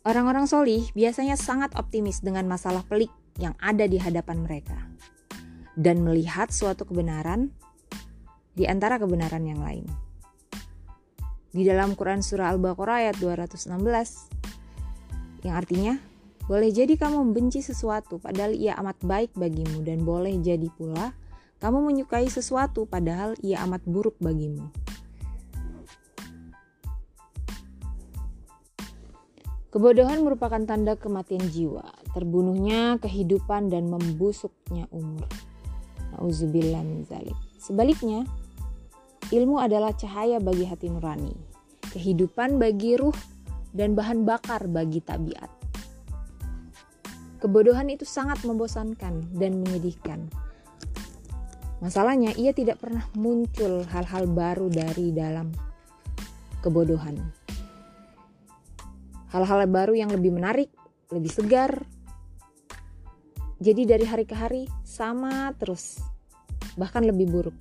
Orang-orang solih biasanya sangat optimis dengan masalah pelik yang ada di hadapan mereka dan melihat suatu kebenaran di antara kebenaran yang lain. Di dalam Quran Surah Al-Baqarah ayat 216, yang artinya, boleh jadi kamu membenci sesuatu padahal ia amat baik bagimu, dan boleh jadi pula kamu menyukai sesuatu padahal ia amat buruk bagimu. Kebodohan merupakan tanda kematian jiwa, terbunuhnya kehidupan dan membusuknya umur. Nauzubillah min dzalik. Sebaliknya, ilmu adalah cahaya bagi hati nurani, kehidupan bagi ruh, dan bahan bakar bagi tabiat. Kebodohan itu sangat membosankan dan menyedihkan. Masalahnya, ia tidak pernah muncul hal-hal baru dari dalam kebodohan. Hal-hal baru yang lebih menarik, lebih segar. Jadi dari hari ke hari sama terus, bahkan lebih buruk.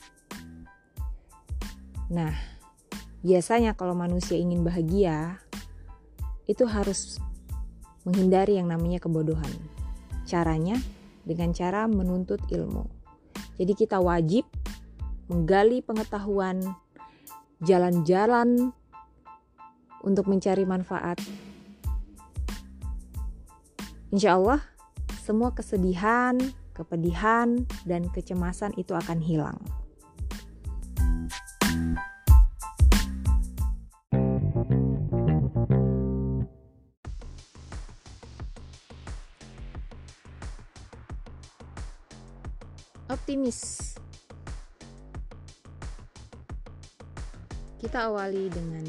Nah, biasanya kalau manusia ingin bahagia, itu harus menghindari yang namanya kebodohan. Caranya dengan cara menuntut ilmu. Jadi kita wajib menggali pengetahuan, jalan-jalan untuk mencari manfaat. Insya Allah, semua kesedihan, kepedihan, dan kecemasan itu akan hilang. Optimis. Kita awali dengan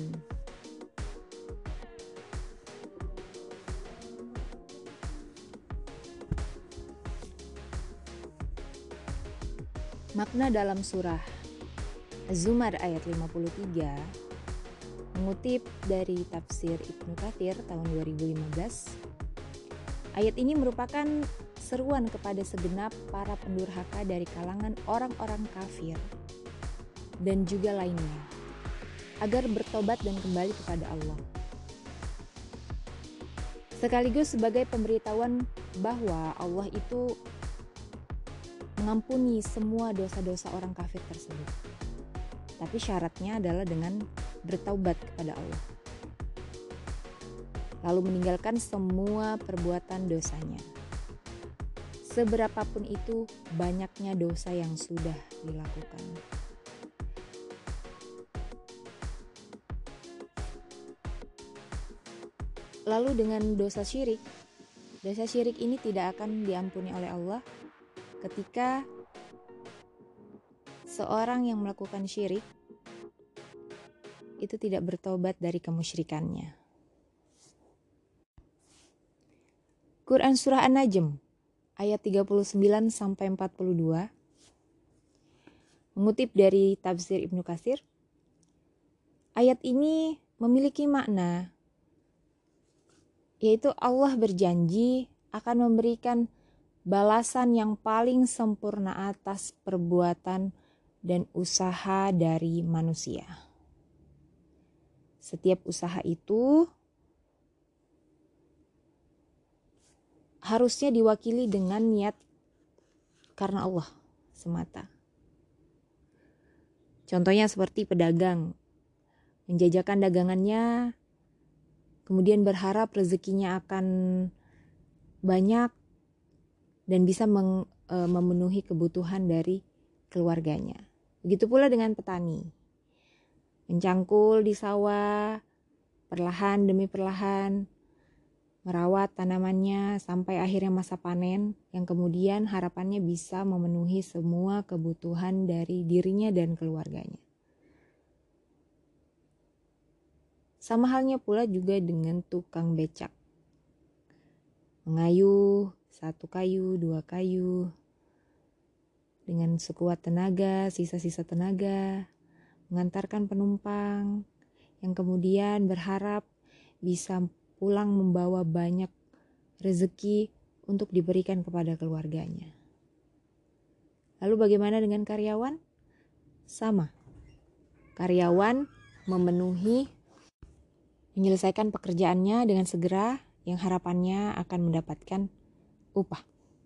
makna dalam surah Az-Zumar ayat 53, mengutip dari tafsir Ibnu Katsir tahun 2015. Ayat ini merupakan seruan kepada segenap para pendurhaka dari kalangan orang-orang kafir dan juga lainnya, agar bertobat dan kembali kepada Allah. Sekaligus sebagai pemberitahuan bahwa Allah itu mengampuni semua dosa-dosa orang kafir tersebut. Tapi syaratnya adalah dengan bertaubat kepada Allah, lalu meninggalkan semua perbuatan dosanya. Seberapapun itu banyaknya dosa yang sudah dilakukan. Lalu dengan dosa syirik ini tidak akan diampuni oleh Allah ketika seorang yang melakukan syirik itu tidak bertobat dari kemusyrikannya. Quran Surah An-Najm ayat 39-42 mengutip dari tafsir Ibnu Katsir, ayat ini memiliki makna, yaitu Allah berjanji akan memberikan balasan yang paling sempurna atas perbuatan dan usaha dari manusia. Setiap usaha itu harusnya diwakili dengan niat karena Allah semata. Contohnya seperti pedagang menjajakan dagangannya, kemudian berharap rezekinya akan banyak dan bisa memenuhi kebutuhan dari keluarganya. Begitu pula dengan petani. Mencangkul di sawah, perlahan demi perlahan, merawat tanamannya sampai akhirnya masa panen, yang kemudian harapannya bisa memenuhi semua kebutuhan dari dirinya dan keluarganya. Sama halnya pula juga dengan tukang becak. Mengayuh 1 kayu, 2 kayu, dengan sekuat tenaga, sisa-sisa tenaga, mengantarkan penumpang, yang kemudian berharap bisa pulang membawa banyak rezeki untuk diberikan kepada keluarganya. Lalu bagaimana dengan karyawan? Sama. Karyawan menyelesaikan pekerjaannya dengan segera, yang harapannya akan mendapatkan upah.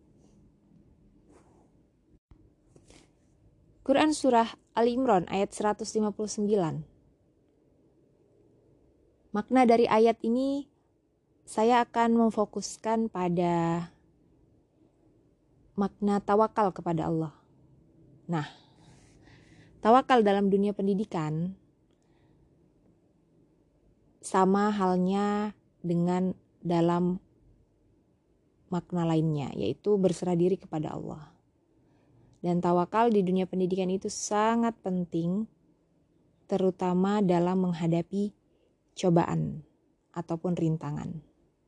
Quran Surah Ali Imran ayat 159. Makna dari ayat ini saya akan memfokuskan pada makna tawakal kepada Allah. Nah, tawakal dalam dunia pendidikan sama halnya dengan dalam makna lainnya, yaitu berserah diri kepada Allah. Dan tawakal di dunia pendidikan itu sangat penting, terutama dalam menghadapi cobaan ataupun rintangan.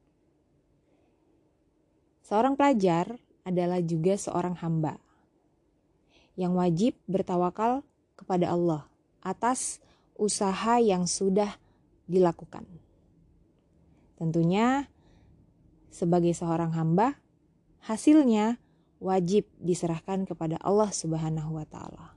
Seorang pelajar adalah juga seorang hamba yang wajib bertawakal kepada Allah atas usaha yang sudah dilakukan. Tentunya sebagai seorang hamba, hasilnya wajib diserahkan kepada Allah Subhanahu wa Ta'ala.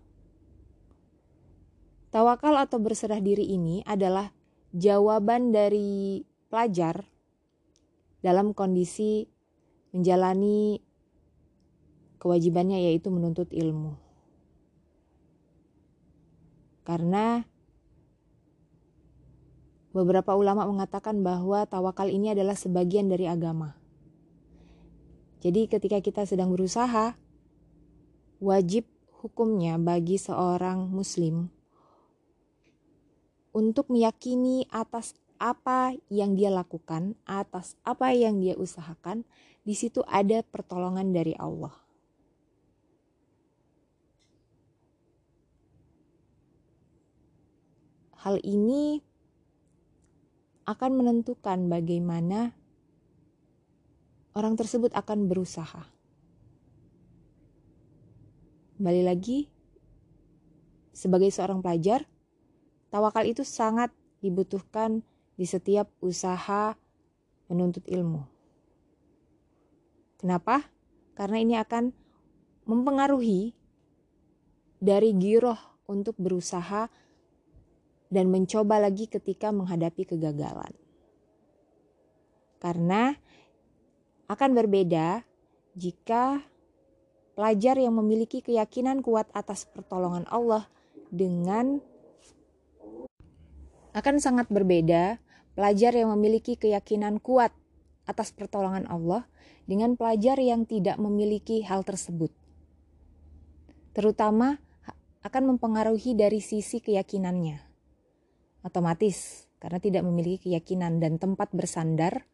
Tawakal atau berserah diri ini adalah jawaban dari pelajar dalam kondisi menjalani kewajibannya, yaitu menuntut ilmu. Karena beberapa ulama mengatakan bahwa tawakal ini adalah sebagian dari agama. Jadi ketika kita sedang berusaha, wajib hukumnya bagi seorang muslim untuk meyakini atas apa yang dia lakukan, atas apa yang dia usahakan, di situ ada pertolongan dari Allah. Hal ini akan menentukan bagaimana orang tersebut akan berusaha. Kembali lagi, sebagai seorang pelajar, tawakal itu sangat dibutuhkan di setiap usaha menuntut ilmu. Kenapa? Karena ini akan mempengaruhi dari giroh untuk berusaha dan mencoba lagi ketika menghadapi kegagalan. Karena akan berbeda jika pelajar yang memiliki keyakinan kuat atas pertolongan Allah akan sangat berbeda pelajar yang memiliki keyakinan kuat atas pertolongan Allah dengan pelajar yang tidak memiliki hal tersebut. Terutama akan mempengaruhi dari sisi keyakinannya. Otomatis karena tidak memiliki keyakinan dan tempat bersandar,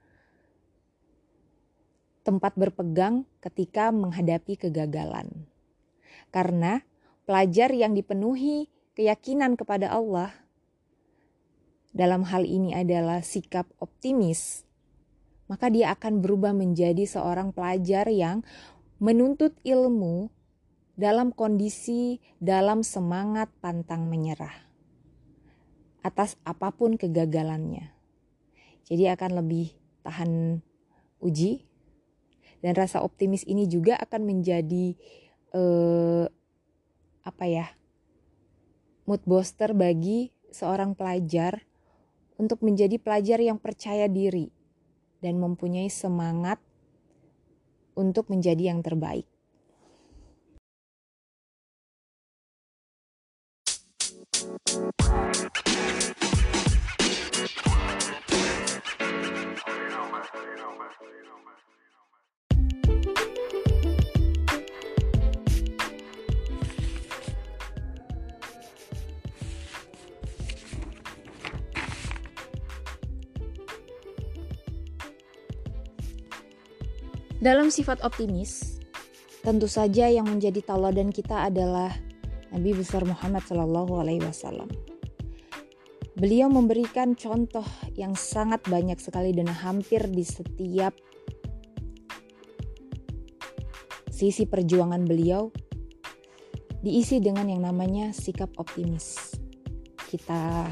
tempat berpegang ketika menghadapi kegagalan. Karena pelajar yang dipenuhi keyakinan kepada Allah, dalam hal ini adalah sikap optimis, maka dia akan berubah menjadi seorang pelajar yang menuntut ilmu dalam kondisi, dalam semangat pantang menyerah atas apapun kegagalannya. Jadi akan lebih tahan uji, dan rasa optimis ini juga akan menjadi mood booster bagi seorang pelajar untuk menjadi pelajar yang percaya diri dan mempunyai semangat untuk menjadi yang terbaik. Dalam sifat optimis, tentu saja yang menjadi tauladan kita adalah Nabi besar Muhammad SAW. Beliau memberikan contoh yang sangat banyak sekali dan hampir di setiap sisi perjuangan beliau diisi dengan yang namanya sikap optimis. Kita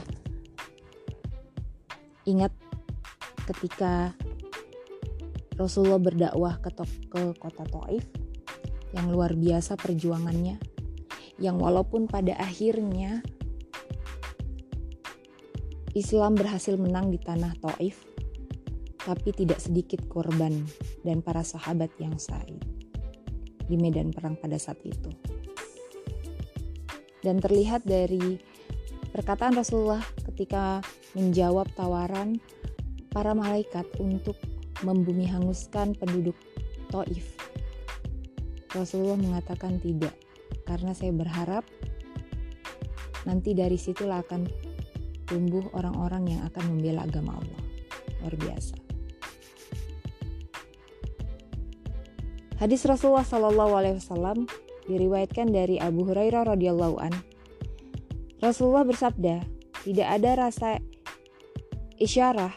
ingat ketika Rasulullah berdakwah ke kota Taif, yang luar biasa perjuangannya, yang walaupun pada akhirnya Islam berhasil menang di tanah Taif, tapi tidak sedikit korban dan para sahabat yang syahid di medan perang pada saat itu. Dan terlihat dari perkataan Rasulullah ketika menjawab tawaran para malaikat untuk membumi hanguskan penduduk Taif. Rasulullah mengatakan tidak, karena saya berharap nanti dari situlah akan tumbuh orang-orang yang akan membela agama Allah. Luar biasa. Hadis Rasulullah SAW diriwayatkan dari Abu Hurairah radhiyallahu an. Rasulullah bersabda, tidak ada rasa isyarah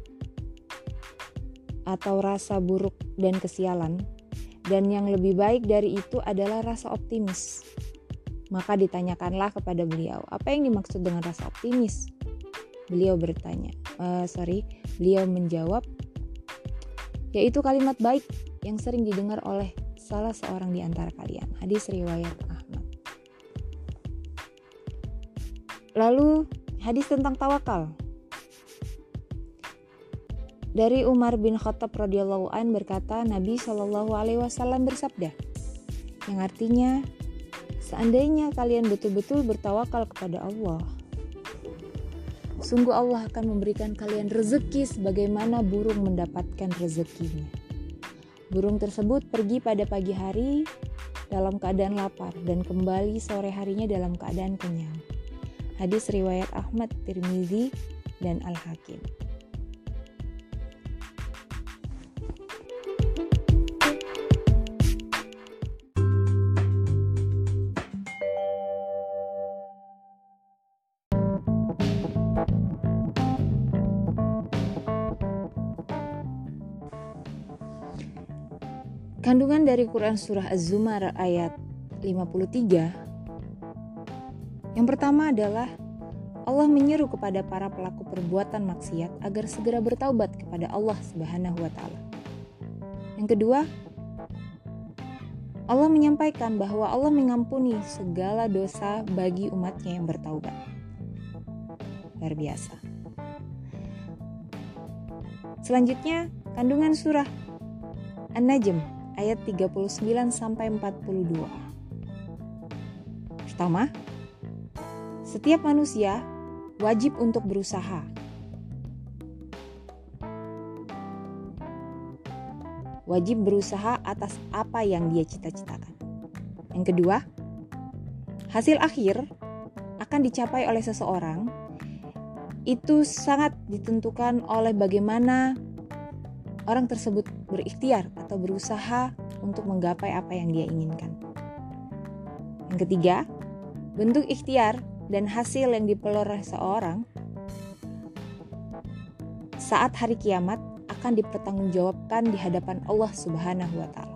atau rasa buruk dan kesialan, dan yang lebih baik dari itu adalah rasa optimis. Maka ditanyakanlah kepada beliau, apa yang dimaksud dengan rasa optimis? Beliau menjawab, yaitu kalimat baik yang sering didengar oleh salah seorang di antara kalian. Hadis riwayat Ahmad. Lalu hadis tentang tawakal. Dari Umar bin Khattab radhiyallahu an berkata, Nabi SAW bersabda, yang artinya, seandainya kalian betul-betul bertawakal kepada Allah, sungguh Allah akan memberikan kalian rezeki sebagaimana burung mendapatkan rezekinya. Burung tersebut pergi pada pagi hari dalam keadaan lapar dan kembali sore harinya dalam keadaan kenyang. Hadis riwayat Ahmad, Tirmizi, dan Al-Hakim. Kandungan dari Quran Surah Az-Zumar ayat 53. Yang pertama adalah Allah menyeru kepada para pelaku perbuatan maksiat agar segera bertaubat kepada Allah Subhanahu wa Ta'ala. Yang kedua, Allah menyampaikan bahwa Allah mengampuni segala dosa bagi umatnya yang bertaubat. Luar biasa. Selanjutnya, kandungan surah An-Najm ayat 39 sampai 42. Pertama, setiap manusia wajib untuk berusaha. Wajib berusaha atas apa yang dia cita-citakan. Yang kedua, hasil akhir akan dicapai oleh seseorang itu sangat ditentukan oleh bagaimana orang tersebut berikhtiar atau berusaha untuk menggapai apa yang dia inginkan. Yang ketiga, bentuk ikhtiar dan hasil yang diperoleh seorang saat hari kiamat akan dipertanggungjawabkan di hadapan Allah Subhanahu wa Ta'ala.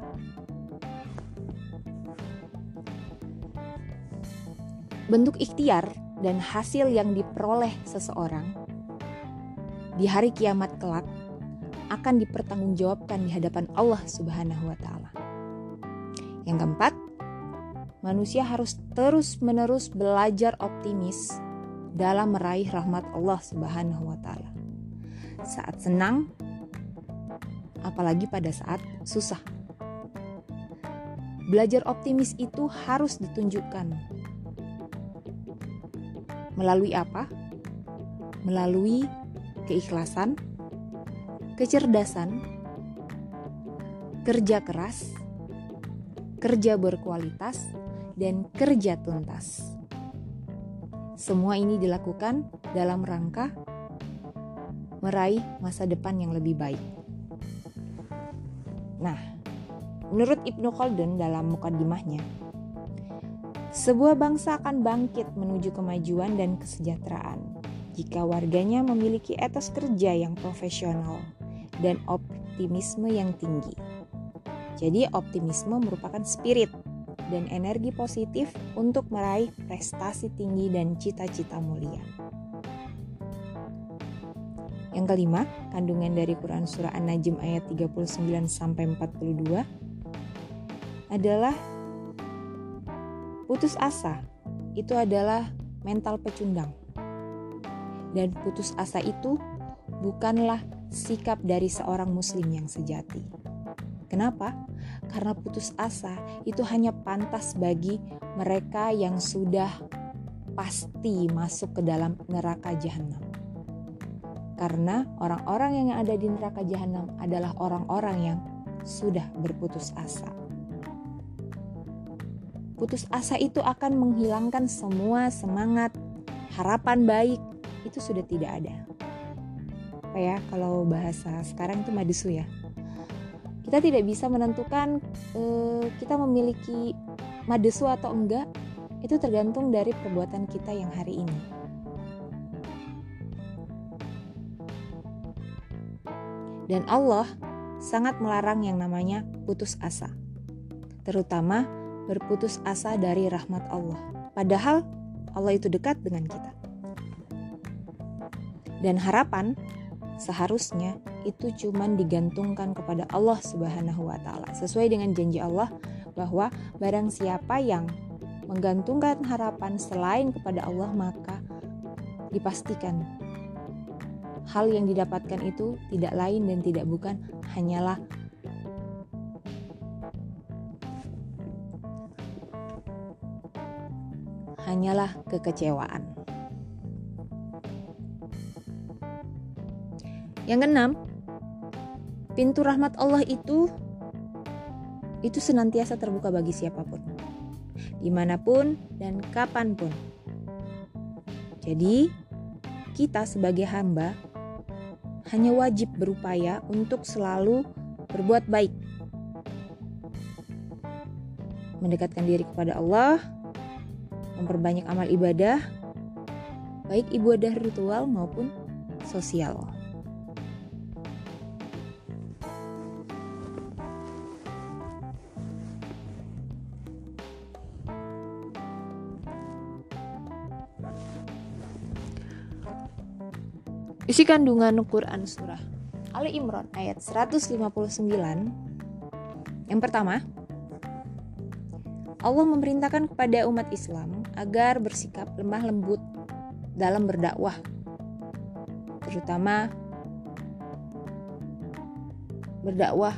Bentuk ikhtiar dan hasil yang diperoleh seseorang di hari kiamat kelak akan dipertanggungjawabkan di hadapan Allah Subhanahu wa Ta'ala. Yang keempat, manusia harus terus-menerus belajar optimis dalam meraih rahmat Allah Subhanahu wa Ta'ala. Saat senang, apalagi pada saat susah. Belajar optimis itu harus ditunjukkan. Melalui apa? Melalui keikhlasan, kecerdasan, kerja keras, kerja berkualitas, dan kerja tuntas. Semua ini dilakukan dalam rangka meraih masa depan yang lebih baik. Nah, menurut Ibnu Khaldun dalam mukaddimahnya, sebuah bangsa akan bangkit menuju kemajuan dan kesejahteraan jika warganya memiliki etos kerja yang profesional dan optimisme yang tinggi. Jadi optimisme merupakan spirit dan energi positif untuk meraih prestasi tinggi dan cita-cita mulia. Yang kelima, kandungan dari Quran Surah An-Najm ayat 39-42 adalah putus asa. Itu adalah mental pecundang. Dan putus asa itu bukanlah sikap dari seorang muslim yang sejati. Kenapa? Karena putus asa itu hanya pantas bagi mereka yang sudah pasti masuk ke dalam neraka jahanam. Karena orang-orang yang ada di neraka jahanam adalah orang-orang yang sudah berputus asa. Putus asa itu akan menghilangkan semua semangat, harapan baik, itu sudah tidak ada. Apa ya, kalau bahasa sekarang itu madesu ya. Kita tidak bisa menentukan kita memiliki madesu atau enggak, itu tergantung dari perbuatan kita yang hari ini. Dan Allah sangat melarang yang namanya putus asa, terutama berputus asa dari rahmat Allah. Padahal Allah itu dekat dengan kita. Dan harapan seharusnya itu cuman digantungkan kepada Allah Subhanahu wa Ta'ala, sesuai dengan janji Allah bahwa barang siapa yang menggantungkan harapan selain kepada Allah, maka dipastikan hal yang didapatkan itu tidak lain dan tidak bukan hanyalah kekecewaan. Yang keenam, pintu rahmat Allah itu senantiasa terbuka bagi siapapun, dimanapun dan kapanpun. Jadi, kita sebagai hamba hanya wajib berupaya untuk selalu berbuat baik, mendekatkan diri kepada Allah, memperbanyak amal ibadah, baik ibadah ritual maupun sosial. Isi kandungan Quran surah Ali Imran ayat 159. Yang pertama, Allah memerintahkan kepada umat Islam agar bersikap lemah lembut dalam berdakwah, terutama berdakwah.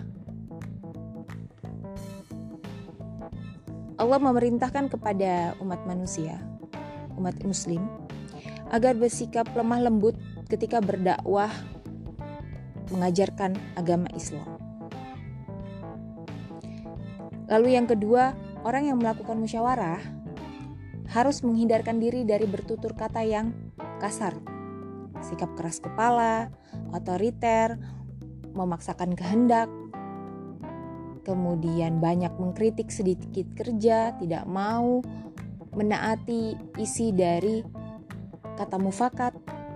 Allah memerintahkan kepada umat manusia, umat muslim, agar bersikap lemah lembut ketika berdakwah mengajarkan agama Islam. Lalu yang kedua, orang yang melakukan musyawarah harus menghindarkan diri dari bertutur kata yang kasar, sikap keras kepala, otoriter, memaksakan kehendak, kemudian banyak mengkritik sedikit kerja, tidak mau menaati isi dari kata mufakat.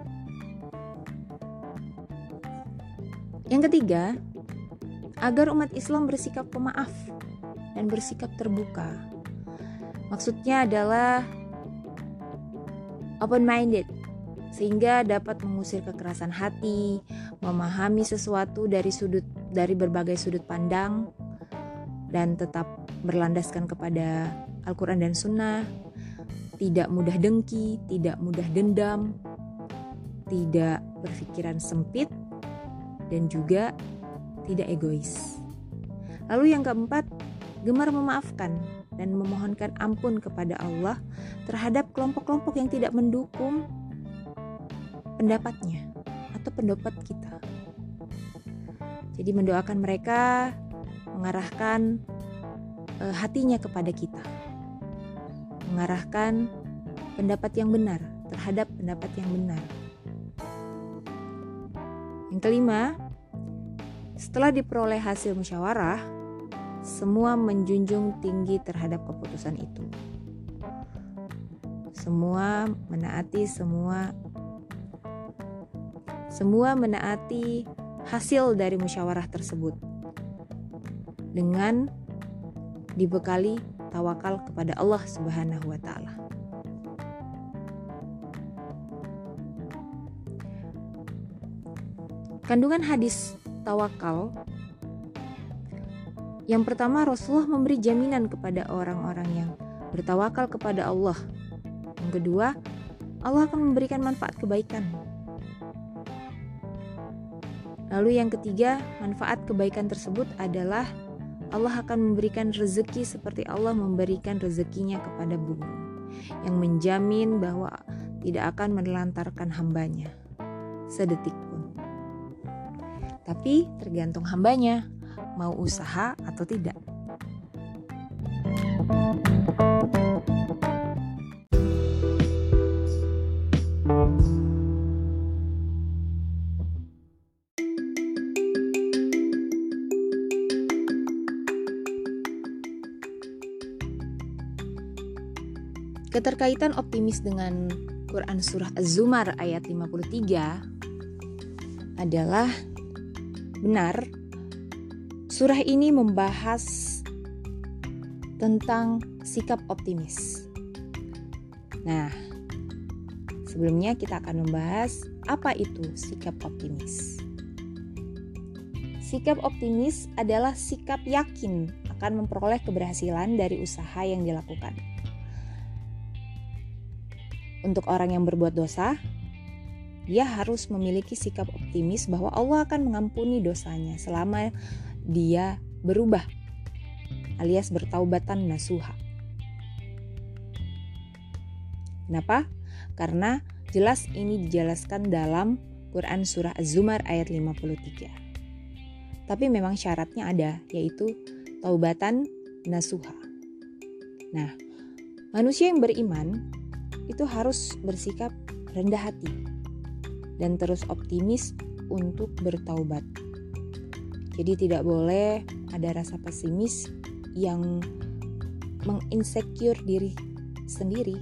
Yang ketiga, agar umat Islam bersikap pemaaf dan bersikap terbuka. Maksudnya adalah open-minded, sehingga dapat mengusir kekerasan hati, memahami sesuatu dari berbagai sudut pandang, dan tetap berlandaskan kepada Al-Quran dan Sunnah, tidak mudah dengki, tidak mudah dendam, tidak berpikiran sempit, dan juga tidak egois. Lalu yang keempat, gemar memaafkan dan memohonkan ampun kepada Allah terhadap kelompok-kelompok yang tidak mendukung pendapatnya atau pendapat kita. Jadi mendoakan mereka, mengarahkan hatinya kepada kita, mengarahkan pendapat yang benar terhadap pendapat yang benar. Yang kelima, setelah diperoleh hasil musyawarah, semua menjunjung tinggi terhadap keputusan itu. Semua menaati hasil dari musyawarah tersebut dengan dibekali tawakal kepada Allah Subhanahu wa Ta'ala. Kandungan hadis tawakal, yang pertama, Rasulullah memberi jaminan kepada orang-orang yang bertawakal kepada Allah. Yang kedua, Allah akan memberikan manfaat kebaikan. Lalu yang ketiga, manfaat kebaikan tersebut adalah Allah akan memberikan rezeki seperti Allah memberikan rezekinya kepada burung, yang menjamin bahwa tidak akan menelantarkan hambanya sedetik pun. Tapi tergantung hambanya mau usaha atau tidak. Keterkaitan optimis dengan Quran Surah Az-Zumar ayat 53 adalah benar. Surah ini membahas tentang sikap optimis. Nah, sebelumnya kita akan membahas apa itu sikap optimis. Sikap optimis adalah sikap yakin akan memperoleh keberhasilan dari usaha yang dilakukan. Untuk orang yang berbuat dosa, dia harus memiliki sikap optimis bahwa Allah akan mengampuni dosanya selama dia berubah, alias bertaubatan nasuha. Kenapa? Karena jelas ini dijelaskan dalam Quran Surah Az-Zumar ayat 53. Tapi memang syaratnya ada, yaitu taubatan nasuha. Nah, manusia yang beriman itu harus bersikap rendah hati dan terus optimis untuk bertaubat. Jadi tidak boleh ada rasa pesimis yang menginsecure diri sendiri.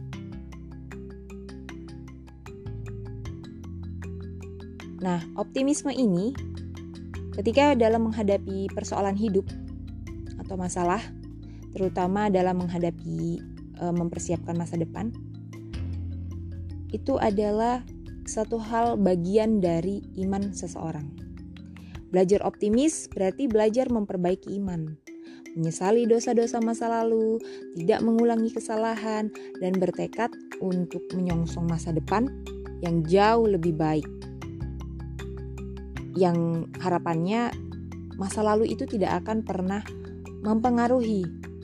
Nah, optimisme ini ketika dalam menghadapi persoalan hidup atau masalah, terutama dalam menghadapi mempersiapkan masa depan, itu adalah satu hal bagian dari iman seseorang. Belajar optimis berarti belajar memperbaiki iman, menyesali dosa-dosa masa lalu, tidak mengulangi kesalahan, dan bertekad untuk menyongsong masa depan yang jauh lebih baik. Yang harapannya masa lalu itu tidak akan pernah mempengaruhi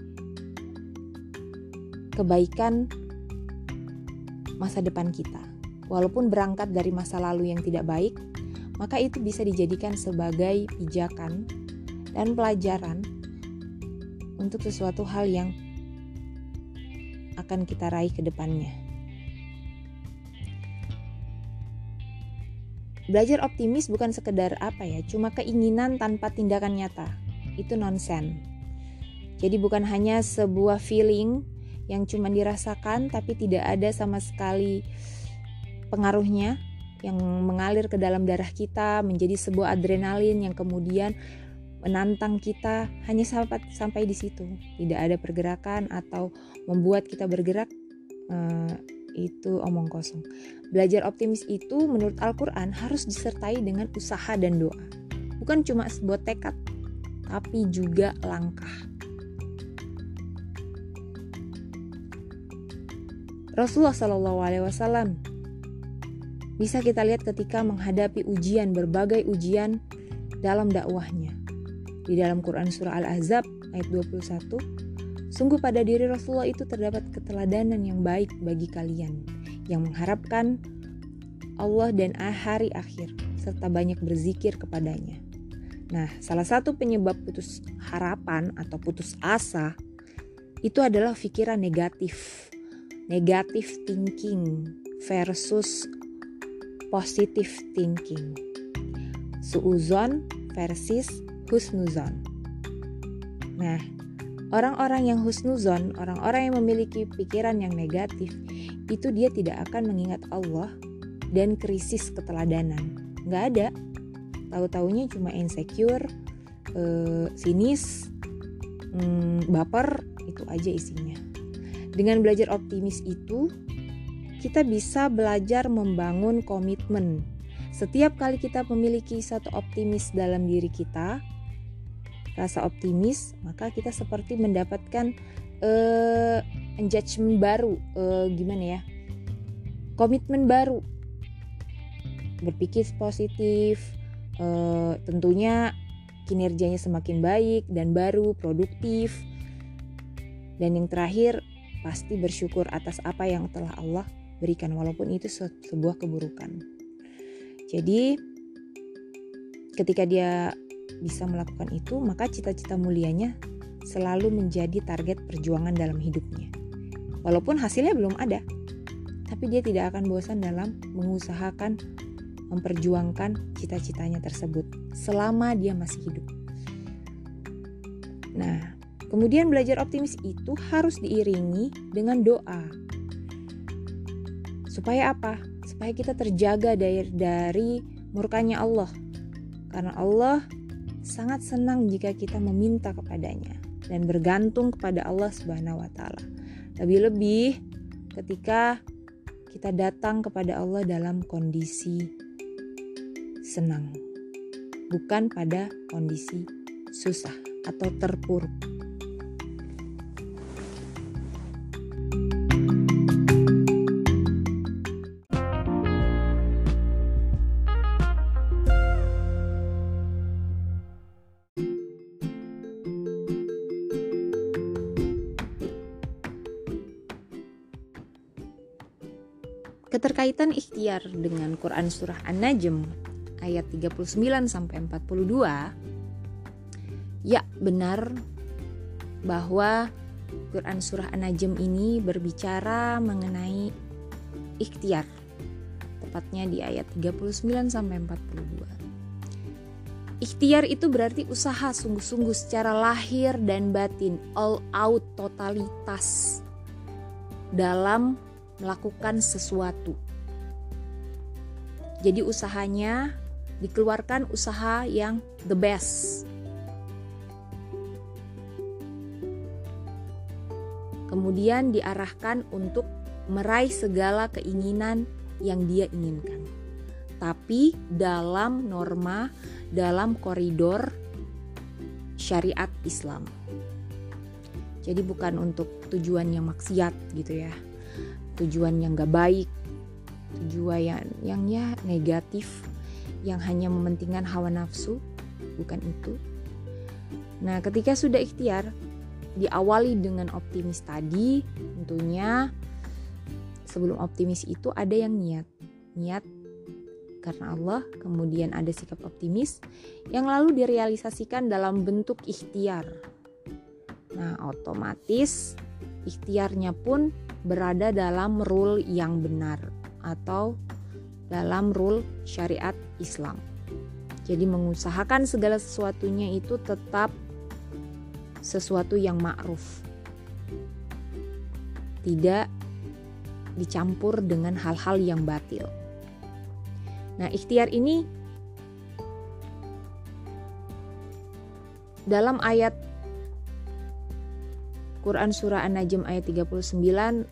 kebaikan masa depan kita. Walaupun berangkat dari masa lalu yang tidak baik, maka itu bisa dijadikan sebagai pijakan dan pelajaran untuk sesuatu hal yang akan kita raih ke depannya. Belajar optimis bukan sekedar cuma keinginan tanpa tindakan nyata. Itu nonsense. Jadi bukan hanya sebuah feeling yang cuma dirasakan tapi tidak ada sama sekali pengaruhnya yang mengalir ke dalam darah kita menjadi sebuah adrenalin yang kemudian menantang kita hanya sampai di situ. Tidak ada pergerakan atau membuat kita bergerak, itu omong kosong. Belajar optimis itu menurut Al-Quran harus disertai dengan usaha dan doa. Bukan cuma sebuah tekad, tapi juga langkah. Rasulullah SAW bisa kita lihat ketika menghadapi berbagai ujian dalam dakwahnya. Di dalam Quran Surah Al-Ahzab ayat 21, sungguh pada diri Rasulullah itu terdapat keteladanan yang baik bagi kalian, yang mengharapkan Allah dan hari akhir, serta banyak berzikir kepadanya. Nah, salah satu penyebab putus harapan atau putus asa itu adalah pikiran negative thinking versus positive thinking. Suuzon versus husnuzon. Nah, orang-orang yang husnuzon, orang-orang yang memiliki pikiran yang negatif, itu dia tidak akan mengingat Allah dan krisis keteladanan. Nggak ada. Tahu-taunya cuma insecure, sinis, baper, itu aja isinya. Dengan belajar optimis itu, kita bisa belajar membangun komitmen. Setiap kali kita memiliki satu optimis dalam diri kita, rasa optimis, maka kita seperti mendapatkan judgment baru, komitmen baru. Berpikir positif, tentunya kinerjanya semakin baik dan baru, produktif. Dan yang terakhir, pasti bersyukur atas apa yang telah Allah berikan, walaupun itu sebuah keburukan. Jadi ketika dia bisa melakukan itu, maka cita-cita mulianya selalu menjadi target perjuangan dalam hidupnya. Walaupun hasilnya belum ada, tapi dia tidak akan bosan dalam mengusahakan memperjuangkan cita-citanya tersebut selama dia masih hidup. Nah, kemudian belajar optimis itu harus diiringi dengan doa. Supaya apa? Supaya kita terjaga dari murkanya Allah. Karena Allah sangat senang jika kita meminta kepadanya dan bergantung kepada Allah Subhanahu wa taala. Lebih-lebih ketika kita datang kepada Allah dalam kondisi senang, bukan pada kondisi susah atau terpuruk. Keterkaitan ikhtiar dengan Quran Surah An-Najm ayat 39-42, ya benar bahwa Quran Surah An-Najm ini berbicara mengenai ikhtiar, tepatnya di ayat 39-42. Ikhtiar itu berarti usaha sungguh-sungguh secara lahir dan batin, all out, totalitas dalam melakukan sesuatu. Jadi usahanya dikeluarkan usaha yang the best. Kemudian diarahkan untuk meraih segala keinginan yang dia inginkan. Tapi dalam norma, dalam koridor syariat Islam. Jadi bukan untuk tujuan yang maksiat gitu ya. Tujuan yang gak baik, tujuan yang ya negatif, yang hanya mementingkan hawa nafsu, bukan itu. Nah, ketika sudah ikhtiar, diawali dengan optimis tadi, tentunya sebelum optimis itu ada yang niat karena Allah, kemudian ada sikap optimis yang lalu direalisasikan dalam bentuk ikhtiar. Nah, otomatis ikhtiarnya pun berada dalam rule yang benar atau dalam rule syariat Islam. Jadi mengusahakan segala sesuatunya itu tetap sesuatu yang ma'ruf. Tidak dicampur dengan hal-hal yang batil. Nah, ikhtiar ini dalam ayat Quran Surah An-Najm ayat 39-42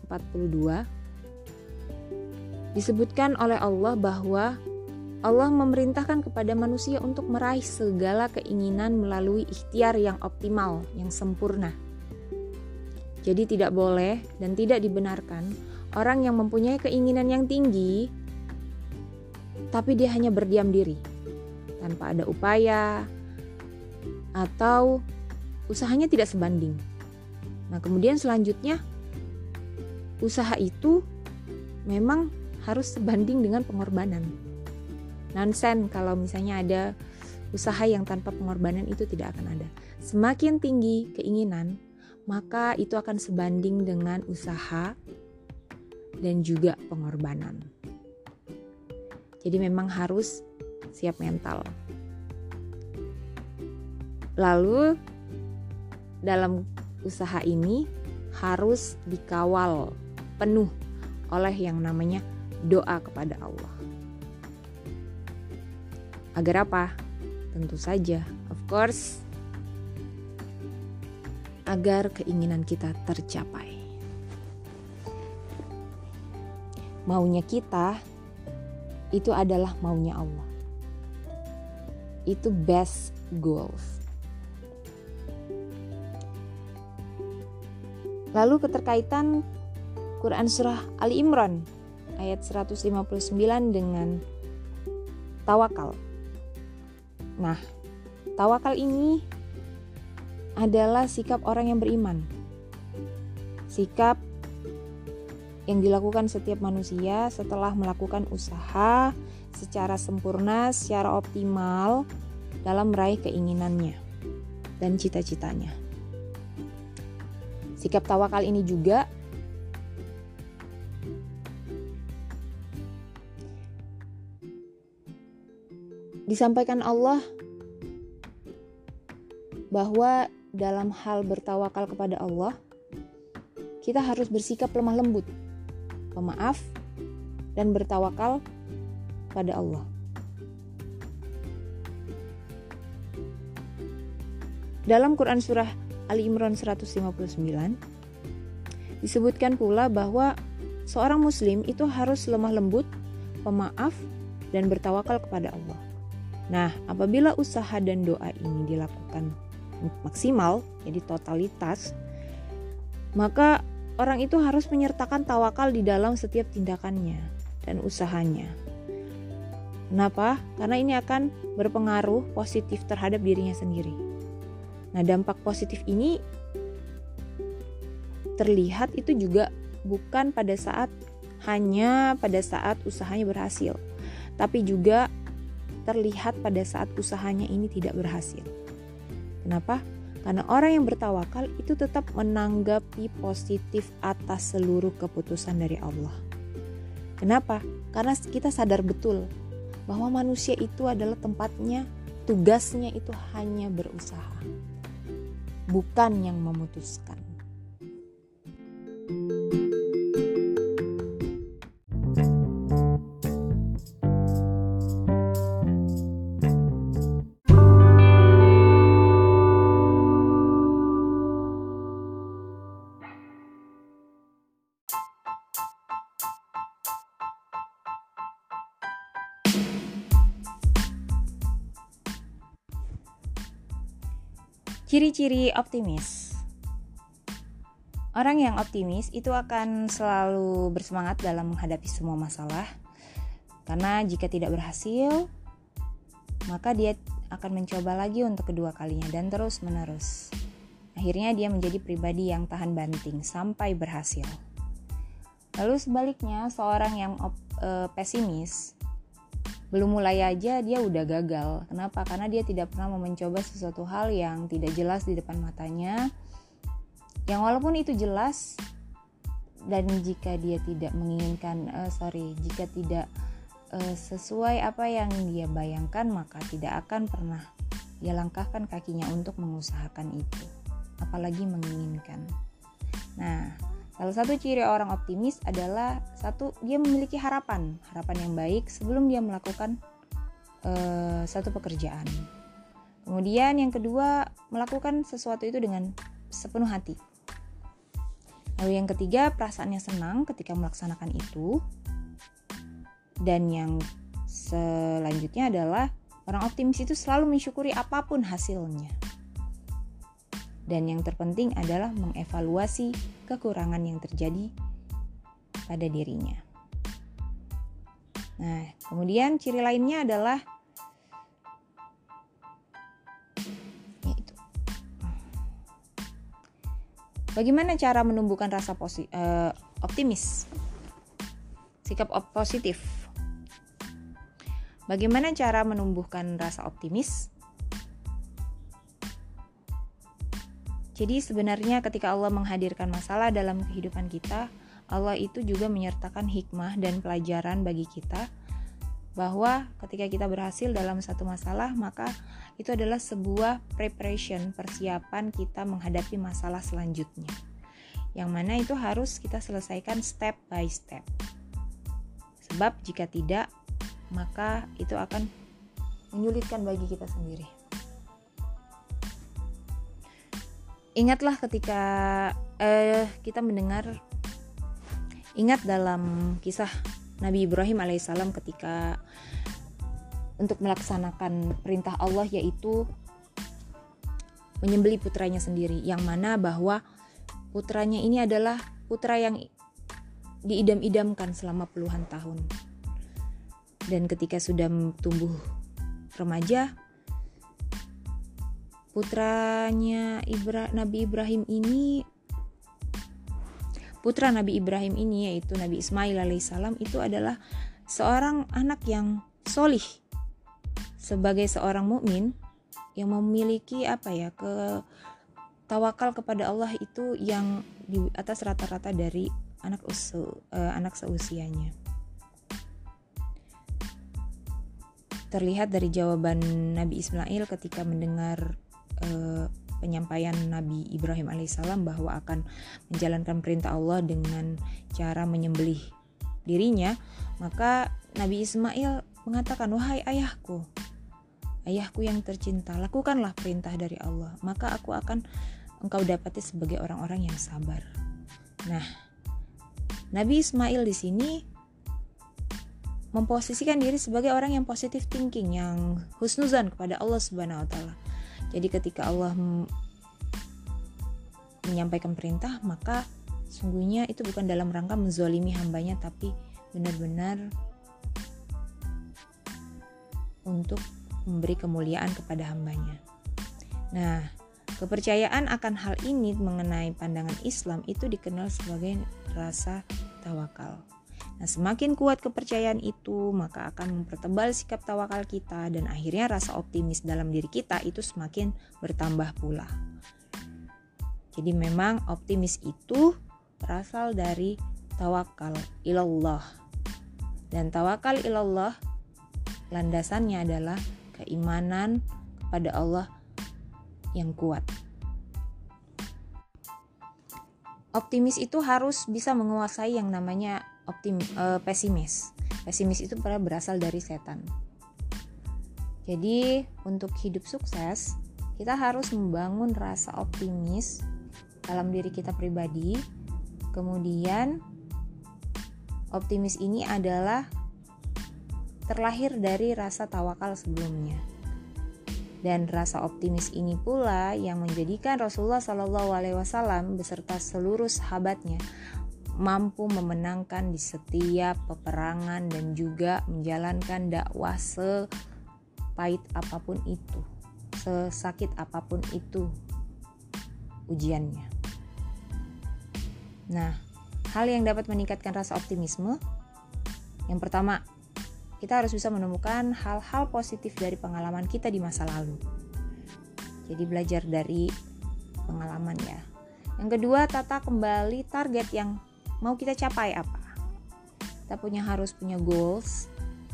disebutkan oleh Allah bahwa Allah memerintahkan kepada manusia untuk meraih segala keinginan melalui ikhtiar yang optimal, yang sempurna. Jadi tidak boleh dan tidak dibenarkan orang yang mempunyai keinginan yang tinggi tapi dia hanya berdiam diri tanpa ada upaya atau usahanya tidak sebanding. Nah, kemudian selanjutnya usaha itu memang harus sebanding dengan pengorbanan. Nonsen kalau misalnya ada usaha yang tanpa pengorbanan, itu tidak akan ada. Semakin tinggi keinginan, maka itu akan sebanding dengan usaha dan juga pengorbanan. Jadi memang harus siap mental. Lalu dalam usaha ini harus dikawal penuh oleh yang namanya doa kepada Allah. Agar apa? Tentu saja, of course, agar keinginan kita tercapai. Maunya kita itu adalah maunya Allah. Itu best goals. Lalu keterkaitan Quran Surah Ali Imran ayat 159 dengan tawakal. Nah, tawakal ini adalah sikap orang yang beriman. Sikap yang dilakukan setiap manusia setelah melakukan usaha secara sempurna, secara optimal dalam meraih keinginannya dan cita-citanya. Sikap tawakal ini juga disampaikan Allah bahwa dalam hal bertawakal kepada Allah, kita harus bersikap lemah lembut, pemaaf, dan bertawakal pada Allah. Dalam Quran Surah Ali Imran 159, disebutkan pula bahwa seorang muslim itu harus lemah lembut, pemaaf, dan bertawakal kepada Allah. Nah, apabila usaha dan doa ini dilakukan maksimal, jadi totalitas, maka orang itu harus menyertakan tawakal di dalam setiap tindakannya dan usahanya. Kenapa? Karena ini akan berpengaruh positif terhadap dirinya sendiri. Nah, dampak positif ini terlihat itu juga bukan hanya pada saat usahanya berhasil, tapi juga terlihat pada saat usahanya ini tidak berhasil. Kenapa? Karena orang yang bertawakal itu tetap menanggapi positif atas seluruh keputusan dari Allah. Kenapa? Karena kita sadar betul bahwa manusia itu adalah tempatnya, tugasnya itu hanya berusaha, bukan yang memutuskan. Ciri-ciri optimis. Orang yang optimis itu akan selalu bersemangat dalam menghadapi semua masalah. Karena jika tidak berhasil, maka dia akan mencoba lagi untuk kedua kalinya dan terus menerus. Akhirnya dia menjadi pribadi yang tahan banting sampai berhasil. Lalu sebaliknya, seorang yang pesimis, belum mulai aja dia udah gagal. Kenapa? Karena dia tidak pernah mencoba sesuatu hal yang tidak jelas di depan matanya, yang walaupun itu jelas, dan jika dia tidak menginginkan, jika tidak sesuai apa yang dia bayangkan, maka tidak akan pernah dia langkahkan kakinya untuk mengusahakan itu, apalagi menginginkan. Nah, salah satu ciri orang optimis adalah dia memiliki harapan yang baik sebelum dia melakukan satu pekerjaan. Kemudian yang kedua, melakukan sesuatu itu dengan sepenuh hati. Lalu yang ketiga, perasaannya senang ketika melaksanakan itu. Dan yang selanjutnya adalah orang optimis itu selalu mensyukuri apapun hasilnya. Dan yang terpenting adalah mengevaluasi kekurangan yang terjadi pada dirinya. Nah, kemudian ciri lainnya adalah yaitu bagaimana cara menumbuhkan rasa optimis, sikap positif. Bagaimana cara menumbuhkan rasa optimis? Jadi sebenarnya ketika Allah menghadirkan masalah dalam kehidupan kita, Allah itu juga menyertakan hikmah dan pelajaran bagi kita, bahwa ketika kita berhasil dalam satu masalah, maka itu adalah sebuah persiapan kita menghadapi masalah selanjutnya, yang mana itu harus kita selesaikan step by step. Sebab jika tidak, maka itu akan menyulitkan bagi kita sendiri. Ingatlah ketika kita ingat dalam kisah Nabi Ibrahim alaihissalam ketika untuk melaksanakan perintah Allah, yaitu menyembelih putranya sendiri, yang mana bahwa putranya ini adalah putra yang diidam-idamkan selama puluhan tahun. Dan ketika sudah tumbuh remaja, putra Nabi Ibrahim ini yaitu Nabi Ismail alaihissalam itu adalah seorang anak yang solih. Sebagai seorang mukmin yang memiliki tawakal kepada Allah itu yang di atas rata-rata dari anak seusianya. Terlihat dari jawaban Nabi Ismail ketika mendengar penyampaian Nabi Ibrahim alaihissalam bahwa akan menjalankan perintah Allah dengan cara menyembelih dirinya, maka Nabi Ismail mengatakan, "Wahai ayahku yang tercinta, lakukanlah perintah dari Allah, maka engkau dapati sebagai orang-orang yang sabar." Nah, Nabi Ismail di sini memposisikan diri sebagai orang yang positive thinking, yang husnuzan kepada Allah Subhanahu wa taala. Jadi ketika Allah menyampaikan perintah, maka sungguhnya itu bukan dalam rangka menzolimi hambanya, tapi benar-benar untuk memberi kemuliaan kepada hambanya. Nah, kepercayaan akan hal ini mengenai pandangan Islam itu dikenal sebagai rasa tawakal. Nah, semakin kuat kepercayaan itu, maka akan mempertebal sikap tawakal kita dan akhirnya rasa optimis dalam diri kita itu semakin bertambah pula. Jadi memang optimis itu berasal dari tawakal ilallah. Dan tawakal ilallah landasannya adalah keimanan kepada Allah yang kuat. Optimis itu harus bisa menguasai yang namanya pesimis. Pesimis itu berasal dari setan. Jadi untuk hidup sukses, kita harus membangun rasa optimis dalam diri kita pribadi. Kemudian optimis ini adalah terlahir dari rasa tawakal sebelumnya. Dan rasa optimis ini pula yang menjadikan Rasulullah SAW beserta seluruh sahabatnya mampu memenangkan di setiap peperangan dan juga menjalankan dakwah sepahit apapun itu, sesakit apapun itu ujiannya. Nah, hal yang dapat meningkatkan rasa optimisme, yang pertama, kita harus bisa menemukan hal-hal positif dari pengalaman kita di masa lalu. Jadi belajar dari pengalaman ya. Yang kedua, tata kembali target yang mau kita capai apa. Kita harus punya goals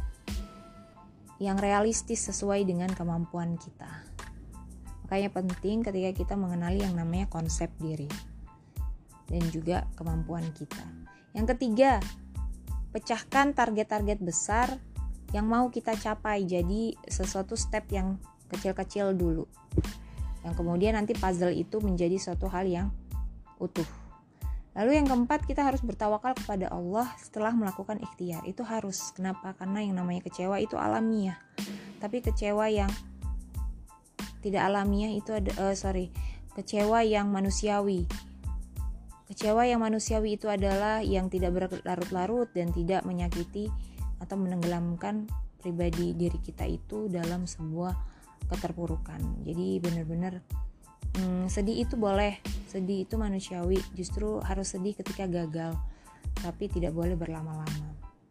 yang realistis sesuai dengan kemampuan kita. Makanya penting ketika kita mengenali yang namanya konsep diri dan juga kemampuan kita. Yang ketiga, pecahkan target-target besar yang mau kita capai, jadi sesuatu step yang kecil-kecil dulu, yang kemudian nanti puzzle itu menjadi suatu hal yang utuh. Lalu yang keempat, kita harus bertawakal kepada Allah setelah melakukan ikhtiar. Itu harus. Kenapa? Karena yang namanya kecewa itu alamiah, tapi kecewa yang tidak alamiah itu kecewa yang manusiawi. Kecewa yang manusiawi itu adalah yang tidak berlarut-larut dan tidak menyakiti atau menenggelamkan pribadi diri kita itu dalam sebuah keterpurukan. Jadi benar-benar sedih itu boleh, sedih itu manusiawi. Justru harus sedih ketika gagal, tapi tidak boleh berlama-lama.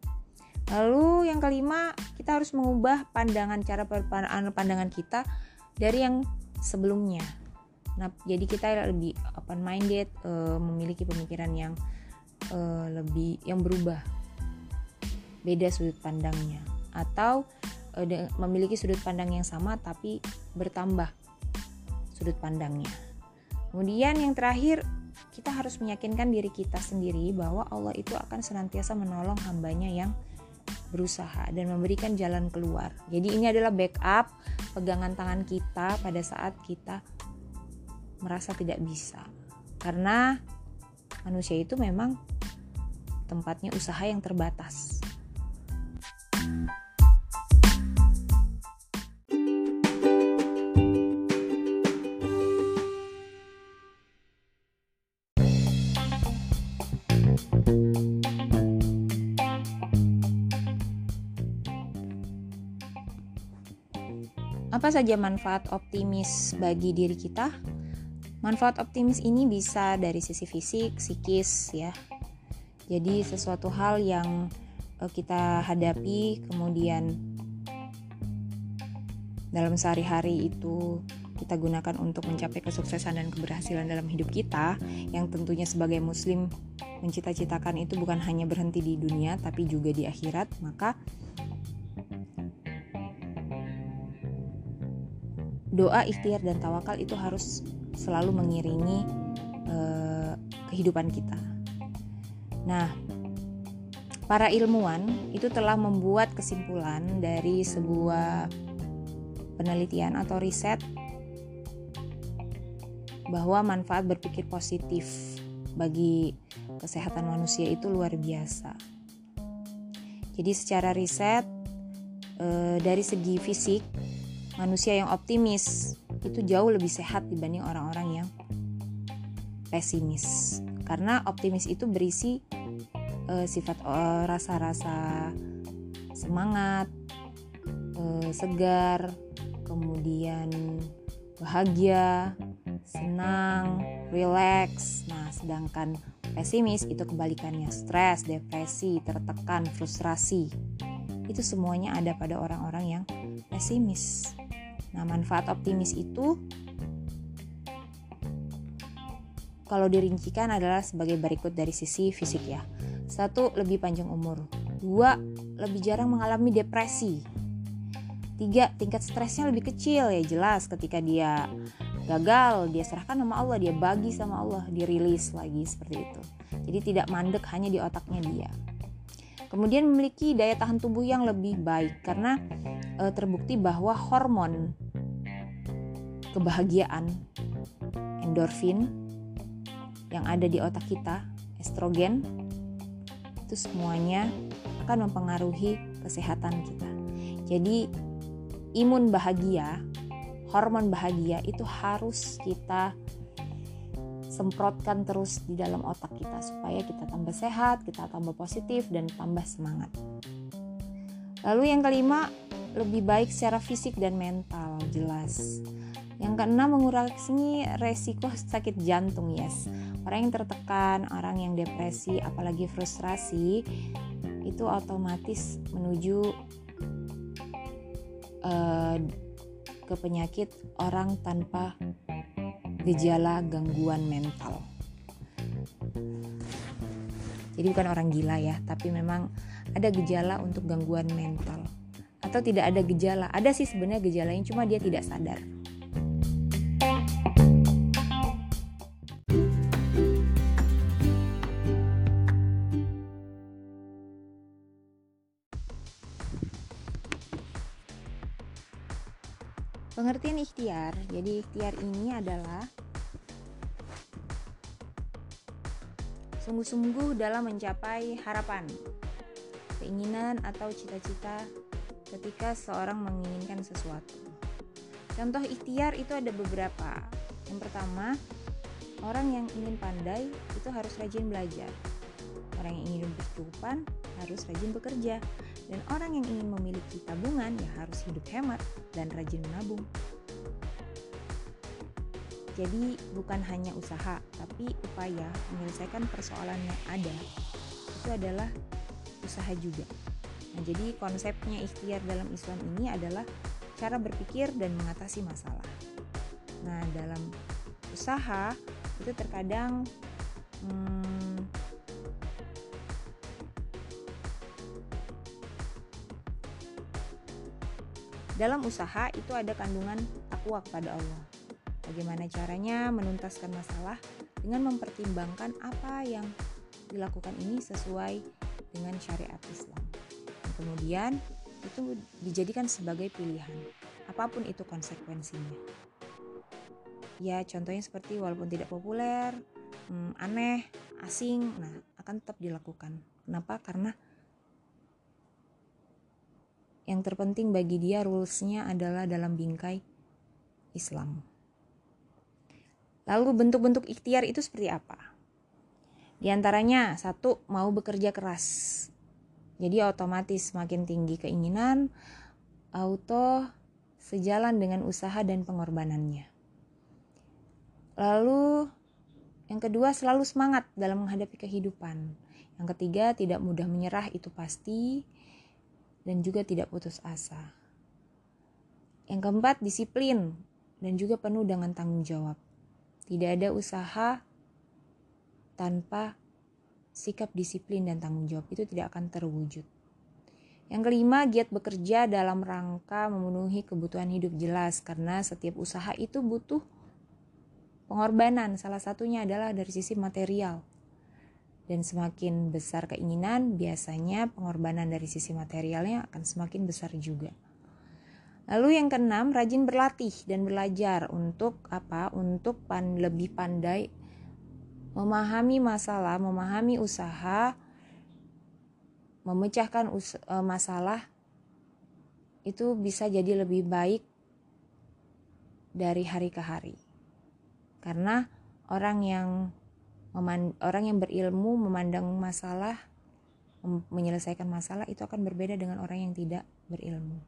Lalu yang kelima, kita harus mengubah pandangan kita dari yang sebelumnya. Nah, jadi kita lebih open minded, memiliki pemikiran yang yang berubah, beda sudut pandangnya, atau memiliki sudut pandang yang sama tapi bertambah sudut pandangnya. Kemudian yang terakhir, kita harus meyakinkan diri kita sendiri bahwa Allah itu akan senantiasa menolong hambanya yang berusaha dan memberikan jalan keluar. Jadi ini adalah backup, pegangan tangan kita pada saat kita merasa tidak bisa. Karena manusia itu memang tempatnya usaha yang terbatas. Apa saja manfaat optimis bagi diri kita? Manfaat optimis ini bisa dari sisi fisik, psikis ya. Jadi sesuatu hal yang kita hadapi, kemudian dalam sehari-hari itu kita gunakan untuk mencapai kesuksesan dan keberhasilan dalam hidup kita, yang tentunya sebagai muslim mencita-citakan itu bukan hanya berhenti di dunia tapi juga di akhirat. Maka doa, ikhtiar, dan tawakal itu harus selalu mengiringi kehidupan kita. Nah, para ilmuwan itu telah membuat kesimpulan dari sebuah penelitian atau riset bahwa manfaat berpikir positif bagi kesehatan manusia itu luar biasa. Jadi secara riset, dari segi fisik, manusia yang optimis itu jauh lebih sehat dibanding orang-orang yang pesimis. Karena optimis itu berisi sifat rasa-rasa semangat, segar, kemudian bahagia, senang, rileks. Nah, sedangkan pesimis itu kebalikannya, stres, depresi, tertekan, frustrasi. Itu semuanya ada pada orang-orang yang pesimis. Nah, manfaat optimis itu kalau dirincikan adalah sebagai berikut dari sisi fisik ya. 1, lebih panjang umur. 2, lebih jarang mengalami depresi. 3, tingkat stresnya lebih kecil, ya jelas ketika dia gagal, dia serahkan sama Allah, dia bagi sama Allah, dirilis lagi seperti itu. Jadi tidak mandek hanya di otaknya dia. Kemudian memiliki daya tahan tubuh yang lebih baik karena terbukti bahwa hormon kebahagiaan, endorfin yang ada di otak kita, estrogen, itu semuanya akan mempengaruhi kesehatan kita. Jadi imun bahagia, hormon bahagia itu harus kita semprotkan terus di dalam otak kita supaya kita tambah sehat, kita tambah positif, dan tambah semangat. Lalu yang kelima, lebih baik secara fisik dan mental, jelas. Yang keenam, mengurangi resiko sakit jantung, yes. Orang yang tertekan, orang yang depresi, apalagi frustrasi, itu otomatis menuju ke penyakit orang tanpa gejala gangguan mental. Jadi bukan orang gila ya, tapi memang ada gejala untuk gangguan mental. Atau tidak ada gejala, ada sih sebenarnya gejalanya, cuma dia tidak sadar. Pengertian ikhtiar, jadi ikhtiar ini adalah sungguh-sungguh dalam mencapai harapan, keinginan atau cita-cita ketika seorang menginginkan sesuatu. Contoh ikhtiar itu ada beberapa. Yang pertama, orang yang ingin pandai itu harus rajin belajar. Orang yang ingin berkecukupan harus rajin bekerja. Dan orang yang ingin memiliki tabungan ya harus hidup hemat dan rajin menabung. Jadi bukan hanya usaha, tapi upaya menyelesaikan persoalan yang ada itu adalah usaha juga. Nah, jadi konsepnya ikhtiar dalam Islam ini adalah cara berpikir dan mengatasi masalah. Nah, dalam usaha itu terkadang dalam usaha itu ada kandungan takwa kepada Allah. Bagaimana caranya menuntaskan masalah dengan mempertimbangkan apa yang dilakukan ini sesuai dengan syariat Islam. Dan kemudian itu dijadikan sebagai pilihan, apapun itu konsekuensinya. Ya contohnya seperti walaupun tidak populer, aneh, asing, nah akan tetap dilakukan. Kenapa? Karena yang terpenting bagi dia rules-nya adalah dalam bingkai Islam. Lalu bentuk-bentuk ikhtiar itu seperti apa? Di antaranya, 1, mau bekerja keras. Jadi otomatis semakin tinggi keinginan, sejalan dengan usaha dan pengorbanannya. Lalu yang kedua, selalu semangat dalam menghadapi kehidupan. Yang ketiga, tidak mudah menyerah, itu pasti, dan juga tidak putus asa. Yang keempat, disiplin dan juga penuh dengan tanggung jawab. Tidak ada usaha tanpa sikap disiplin dan tanggung jawab, itu tidak akan terwujud. Yang kelima, giat bekerja dalam rangka memenuhi kebutuhan hidup, jelas, karena setiap usaha itu butuh pengorbanan. Salah satunya adalah dari sisi material. Dan semakin besar keinginan, biasanya pengorbanan dari sisi materialnya akan semakin besar juga. Lalu yang keenam, rajin berlatih dan belajar untuk apa? Untuk lebih pandai memahami masalah, memahami usaha, memecahkan masalah itu bisa jadi lebih baik dari hari ke hari. Karena orang yang berilmu memandang masalah, menyelesaikan masalah itu akan berbeda dengan orang yang tidak berilmu.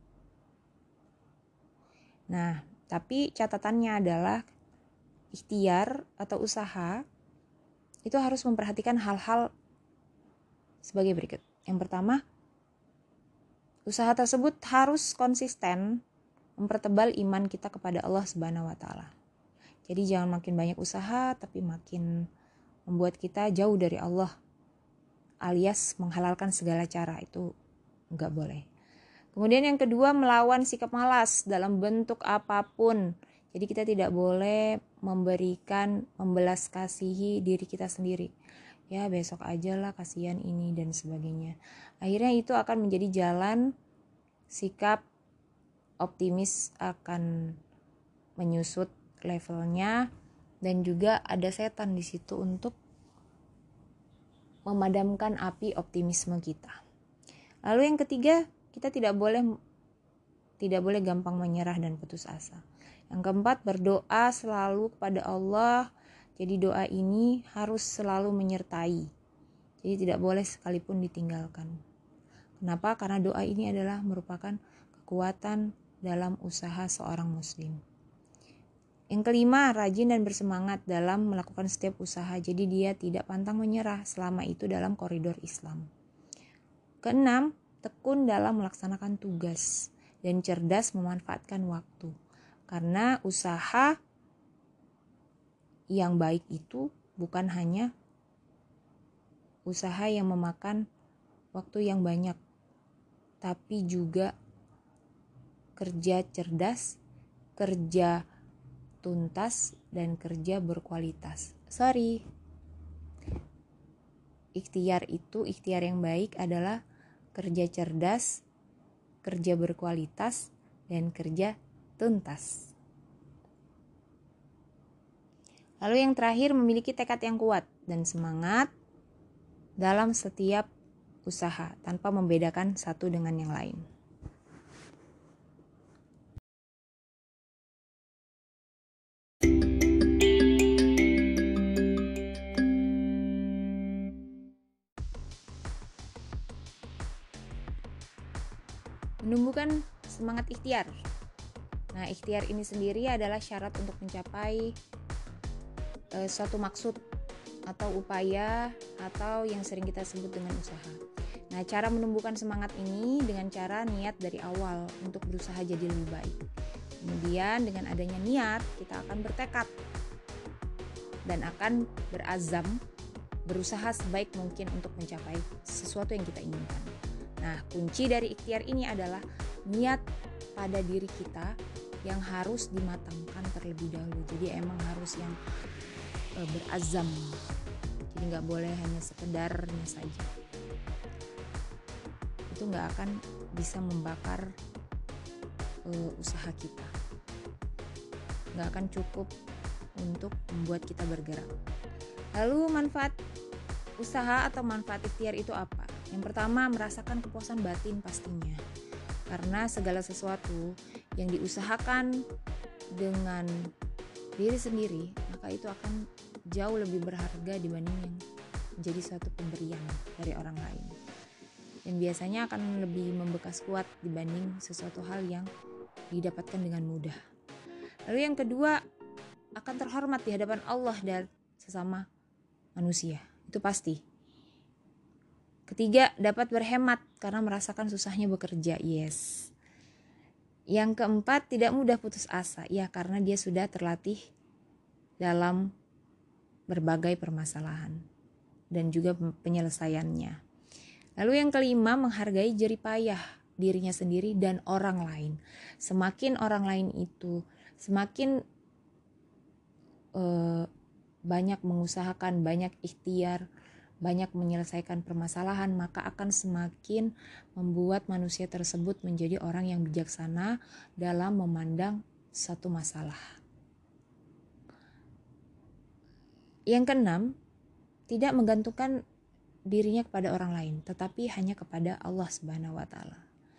Nah, tapi catatannya adalah ikhtiar atau usaha itu harus memperhatikan hal-hal sebagai berikut. Yang pertama, usaha tersebut harus konsisten mempertebal iman kita kepada Allah Subhanahu wa taala. Jadi jangan makin banyak usaha tapi makin membuat kita jauh dari Allah, alias menghalalkan segala cara, itu enggak boleh. Kemudian yang kedua, melawan sikap malas dalam bentuk apapun. Jadi kita tidak boleh membelas kasihi diri kita sendiri. Ya besok aja lah, kasihan ini dan sebagainya. Akhirnya itu akan menjadi jalan sikap optimis akan menyusut levelnya, dan juga ada setan di situ untuk memadamkan api optimisme kita. Lalu yang ketiga, kita tidak boleh gampang menyerah dan putus asa. Yang keempat, berdoa selalu kepada Allah. Jadi doa ini harus selalu menyertai. Jadi tidak boleh sekalipun ditinggalkan. Kenapa? Karena doa ini adalah merupakan kekuatan dalam usaha seorang muslim. Yang kelima, rajin dan bersemangat dalam melakukan setiap usaha. Jadi dia tidak pantang menyerah selama itu dalam koridor Islam. Keenam, tekun dalam melaksanakan tugas dan cerdas memanfaatkan waktu. Karena usaha yang baik itu bukan hanya usaha yang memakan waktu yang banyak, tapi juga kerja cerdas, kerja tuntas, dan kerja berkualitas. Ikhtiar yang baik adalah kerja cerdas, kerja berkualitas, dan kerja tuntas. Lalu yang terakhir, memiliki tekad yang kuat dan semangat dalam setiap usaha tanpa membedakan satu dengan yang lain. Menumbuhkan semangat ikhtiar. Nah, ikhtiar ini sendiri adalah syarat untuk mencapai suatu maksud atau upaya atau yang sering kita sebut dengan usaha. Nah, cara menumbuhkan semangat ini dengan cara niat dari awal untuk berusaha jadi lebih baik. Kemudian dengan adanya niat, kita akan bertekad dan akan berazam berusaha sebaik mungkin untuk mencapai sesuatu yang kita inginkan. Nah, kunci dari ikhtiar ini adalah niat pada diri kita yang harus dimatangkan terlebih dahulu. Jadi emang harus yang berazam. Jadi nggak boleh hanya sekedarnya saja. Itu nggak akan bisa membakar usaha kita. Nggak akan cukup untuk membuat kita bergerak. Lalu manfaat usaha atau manfaat ikhtiar itu apa? Yang pertama, merasakan kepuasan batin pastinya. Karena segala sesuatu yang diusahakan dengan diri sendiri, maka itu akan jauh lebih berharga dibanding yang menjadi suatu pemberian dari orang lain. Dan biasanya akan lebih membekas kuat dibanding sesuatu hal yang didapatkan dengan mudah. Lalu yang kedua, akan terhormat di hadapan Allah dan sesama manusia. Itu pasti. Ketiga, dapat berhemat karena merasakan susahnya bekerja. Yes. Yang keempat, tidak mudah putus asa. Ya, karena dia sudah terlatih dalam berbagai permasalahan dan juga penyelesaiannya. Lalu yang kelima, menghargai jerih payah dirinya sendiri dan orang lain. Semakin orang lain itu semakin banyak mengusahakan, banyak ikhtiar, banyak menyelesaikan permasalahan, maka akan semakin membuat manusia tersebut menjadi orang yang bijaksana dalam memandang satu masalah. Yang keenam, tidak menggantungkan dirinya kepada orang lain, tetapi hanya kepada Allah Subhanahu wa Ta'ala.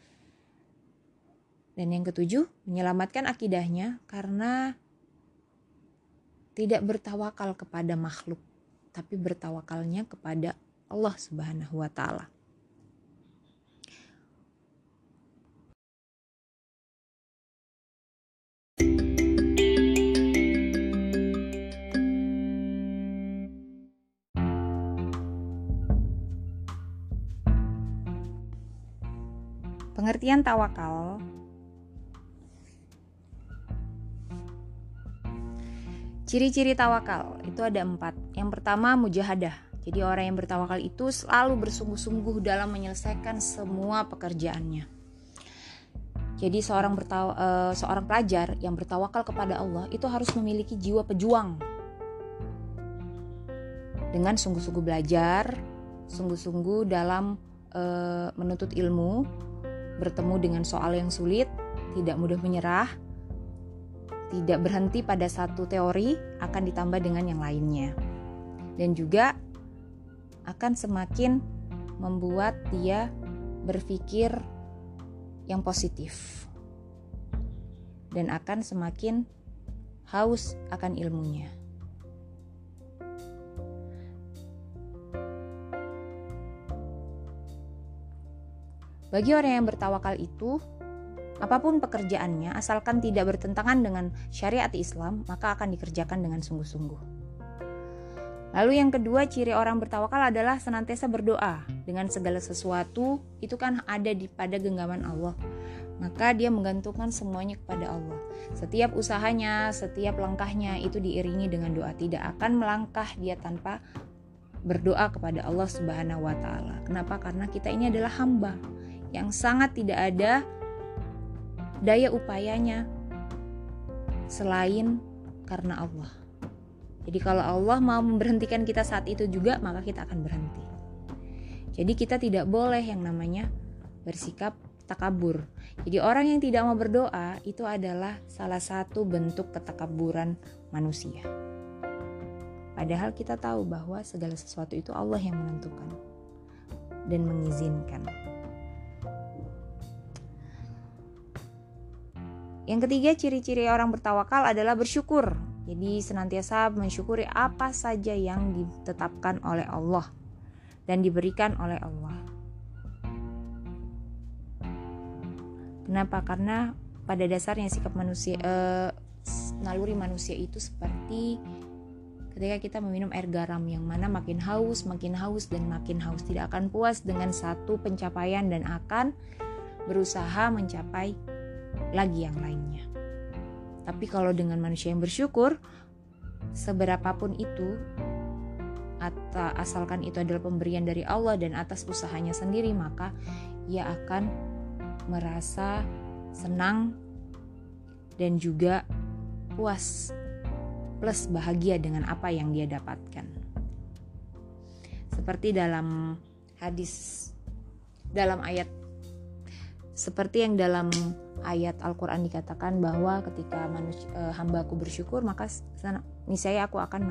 Dan yang ketujuh, menyelamatkan akidahnya karena tidak bertawakal kepada makhluk, tapi bertawakalnya kepada Allah Subhanahu wa Ta'ala. Pengertian tawakal. Ciri-ciri tawakal itu ada 4. Yang pertama, mujahadah. Jadi orang yang bertawakal itu selalu bersungguh-sungguh dalam menyelesaikan semua pekerjaannya. Jadi seorang pelajar yang bertawakal kepada Allah itu harus memiliki jiwa pejuang. Dengan sungguh-sungguh belajar, sungguh-sungguh dalam menuntut ilmu, bertemu dengan soal yang sulit, tidak mudah menyerah, tidak berhenti pada satu teori, akan ditambah dengan yang lainnya. Dan juga akan semakin membuat dia berpikir yang positif. Dan akan semakin haus akan ilmunya. Bagi orang yang bertawakal itu, apapun pekerjaannya, asalkan tidak bertentangan dengan syariat Islam, maka akan dikerjakan dengan sungguh-sungguh. Lalu yang kedua, ciri orang bertawakal adalah senantiasa berdoa. Dengan segala sesuatu, itu kan ada pada genggaman Allah. Maka dia menggantungkan semuanya kepada Allah. Setiap usahanya, setiap langkahnya itu diiringi dengan doa. Tidak akan melangkah dia tanpa berdoa kepada Allah Subhanahu wa Ta'ala. Kenapa? Karena kita ini adalah hamba yang sangat tidak ada daya upayanya selain karena Allah. Jadi kalau Allah mau memberhentikan kita saat itu juga, maka kita akan berhenti. Jadi kita tidak boleh yang namanya bersikap takabur. Jadi orang yang tidak mau berdoa itu adalah salah satu bentuk ketakaburan manusia. Padahal kita tahu bahwa segala sesuatu itu Allah yang menentukan dan mengizinkan. Yang ketiga, ciri-ciri orang bertawakal adalah bersyukur. Jadi senantiasa mensyukuri apa saja yang ditetapkan oleh Allah dan diberikan oleh Allah. Kenapa? Karena pada dasarnya sikap manusia, naluri manusia itu seperti ketika kita meminum air garam, yang mana makin haus dan makin haus, tidak akan puas dengan satu pencapaian dan akan berusaha mencapai lagi yang lainnya. Tapi kalau dengan manusia yang bersyukur, seberapapun itu, asalkan itu adalah pemberian dari Allah dan atas usahanya sendiri, maka ia akan merasa senang dan juga puas plus bahagia dengan apa yang dia dapatkan. Seperti dalam hadis, dalam ayat, seperti yang dalam ayat Al-Quran dikatakan bahwa ketika hambaku bersyukur, maka niscaya aku akan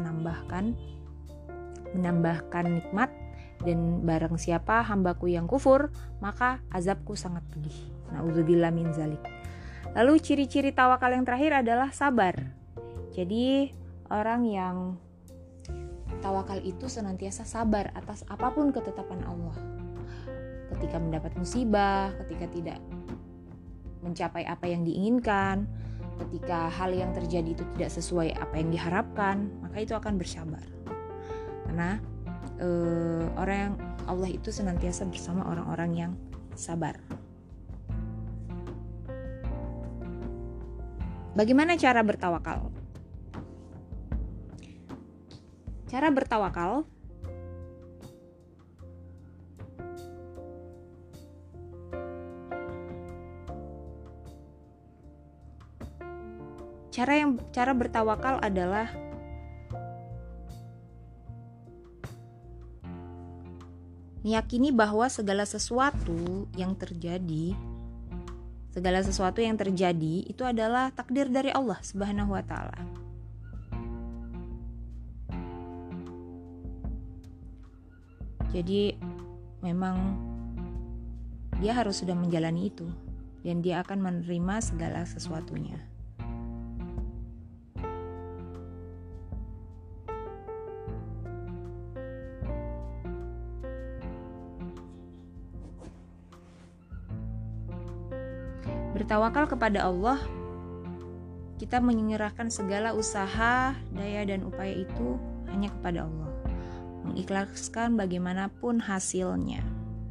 menambahkan nikmat, dan barang siapa hambaku yang kufur, maka azabku sangat pedih. Na'udzubillah min zalik. Lalu ciri-ciri tawakal yang terakhir adalah sabar. Jadi orang yang tawakal itu senantiasa sabar atas apapun ketetapan Allah. Ketika mendapat musibah, ketika tidak mencapai apa yang diinginkan, ketika hal yang terjadi itu tidak sesuai apa yang diharapkan, maka itu akan bersabar. Karena orang yang Allah itu senantiasa bersama orang-orang yang sabar. Bagaimana cara bertawakal? Cara bertawakal Cara bertawakal adalah meyakini bahwa segala sesuatu yang terjadi itu adalah takdir dari Allah Subhanahu wa taala. Jadi memang dia harus sudah menjalani itu dan dia akan menerima segala sesuatunya. Bertawakal kepada Allah, kita menyerahkan segala usaha, daya dan upaya itu hanya kepada Allah. Mengikhlaskan bagaimanapun hasilnya.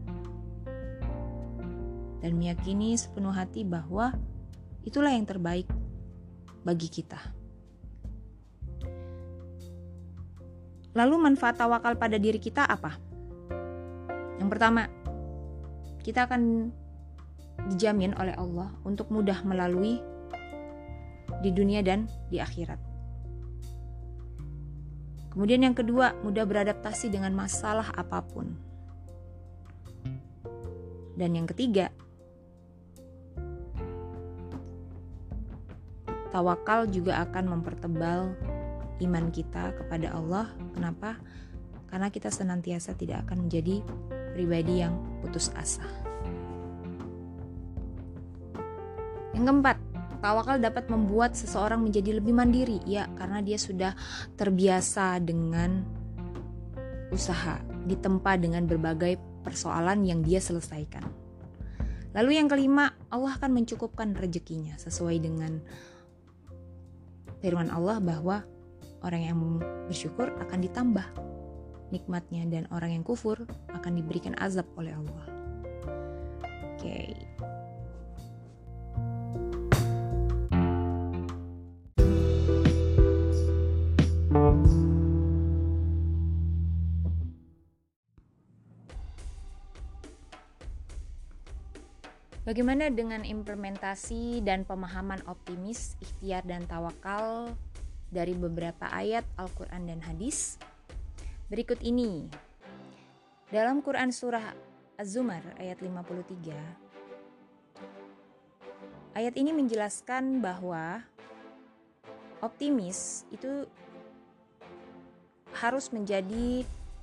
Dan meyakini sepenuh hati bahwa itulah yang terbaik bagi kita. Lalu manfaat tawakal pada diri kita apa? Yang pertama, kita akan dijamin oleh Allah untuk mudah melalui di dunia dan di akhirat. Kemudian yang kedua, mudah beradaptasi dengan masalah apapun. Dan yang ketiga, tawakal juga akan mempertebal iman kita kepada Allah. Kenapa? Karena kita senantiasa tidak akan menjadi pribadi yang putus asa. Yang keempat, tawakal dapat membuat seseorang menjadi lebih mandiri, ya, karena dia sudah terbiasa dengan usaha, ditempa dengan berbagai persoalan yang dia selesaikan. Lalu yang kelima, Allah akan mencukupkan rezekinya sesuai dengan firman Allah bahwa orang yang bersyukur akan ditambah nikmatnya dan orang yang kufur akan diberikan azab oleh Allah. Oke. Bagaimana dengan implementasi dan pemahaman optimis, ikhtiar dan tawakal dari beberapa ayat Al-Quran dan hadis? Berikut ini. Dalam Quran surah Az-Zumar ayat 53, ayat ini menjelaskan bahwa optimis itu harus menjadi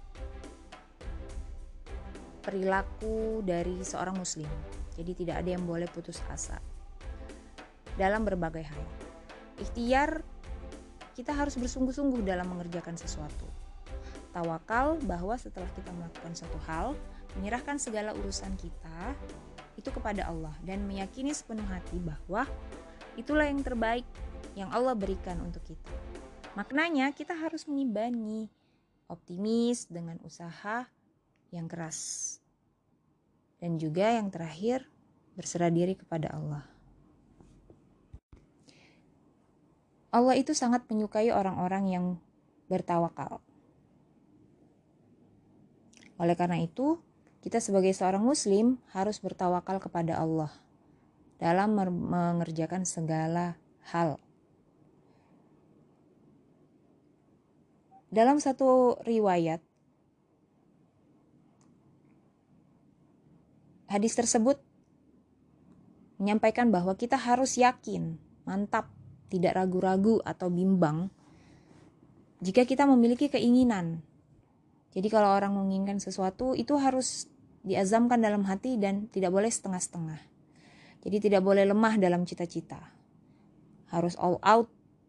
perilaku dari seorang muslim. Jadi tidak ada yang boleh putus asa dalam berbagai hal. Ikhtiar, kita harus bersungguh-sungguh dalam mengerjakan sesuatu. Tawakal, bahwa setelah kita melakukan suatu hal, menyerahkan segala urusan kita itu kepada Allah dan meyakini sepenuh hati bahwa itulah yang terbaik yang Allah berikan untuk kita. Maknanya kita harus mengimbangi optimis dengan usaha yang keras. Dan juga yang terakhir, berserah diri kepada Allah. Allah itu sangat menyukai orang-orang yang bertawakal. Oleh karena itu, kita sebagai seorang muslim harus bertawakal kepada Allah dalam mengerjakan segala hal. Dalam satu riwayat, hadis tersebut menyampaikan bahwa kita harus yakin, mantap, tidak ragu-ragu atau bimbang jika kita memiliki keinginan. Jadi kalau orang menginginkan sesuatu itu harus diazamkan dalam hati dan tidak boleh setengah-setengah. Jadi tidak boleh lemah dalam cita-cita. Harus all out.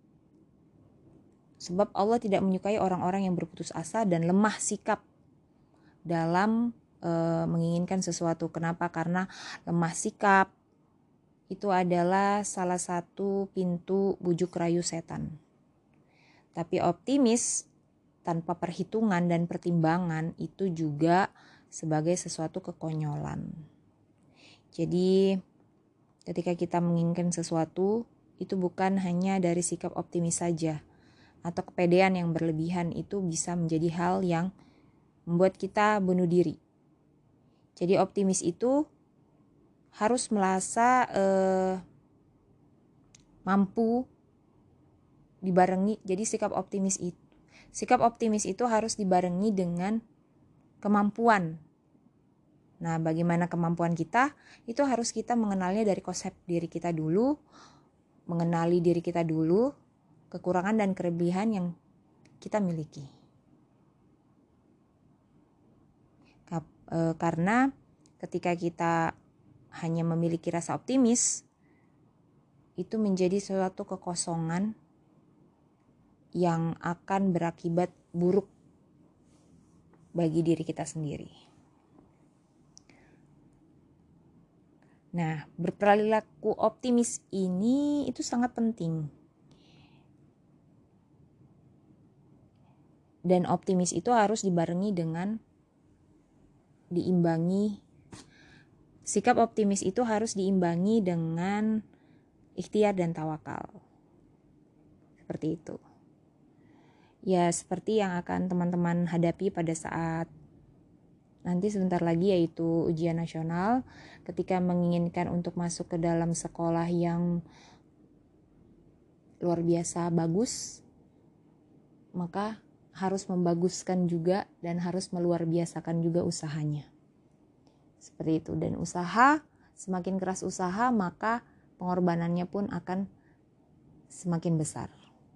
Sebab Allah tidak menyukai orang-orang yang berputus asa dan lemah sikap dalam menginginkan sesuatu. Kenapa? Karena lemah sikap, itu adalah salah satu pintu bujuk rayu setan. Tapi optimis tanpa perhitungan dan pertimbangan itu juga sebagai sesuatu kekonyolan. Jadi ketika kita menginginkan sesuatu, itu bukan hanya dari sikap optimis saja, atau kepedean yang berlebihan itu bisa menjadi hal yang membuat kita bunuh diri. Jadi optimis itu harus merasa mampu dibarengi. Jadi sikap optimis itu harus dibarengi dengan kemampuan. Nah, bagaimana kemampuan kita? Itu harus kita mengenalnya dari konsep diri kita dulu, mengenali diri kita dulu, kekurangan dan kelebihan yang kita miliki. Karena ketika kita hanya memiliki rasa optimis, itu menjadi suatu kekosongan yang akan berakibat buruk bagi diri kita sendiri. Nah, berperilaku optimis ini itu sangat penting. Dan optimis itu harus dibarengi dengan sikap optimis itu harus diimbangi dengan ikhtiar dan tawakal. Seperti itu. Ya, seperti yang akan teman-teman hadapi pada saat nanti sebentar lagi, yaitu ujian nasional. Ketika menginginkan untuk masuk ke dalam sekolah yang luar biasa bagus, maka harus membaguskan juga dan harus meluar biasakan juga usahanya. Seperti itu. Dan usaha, semakin keras usaha, maka pengorbanannya pun akan semakin besar.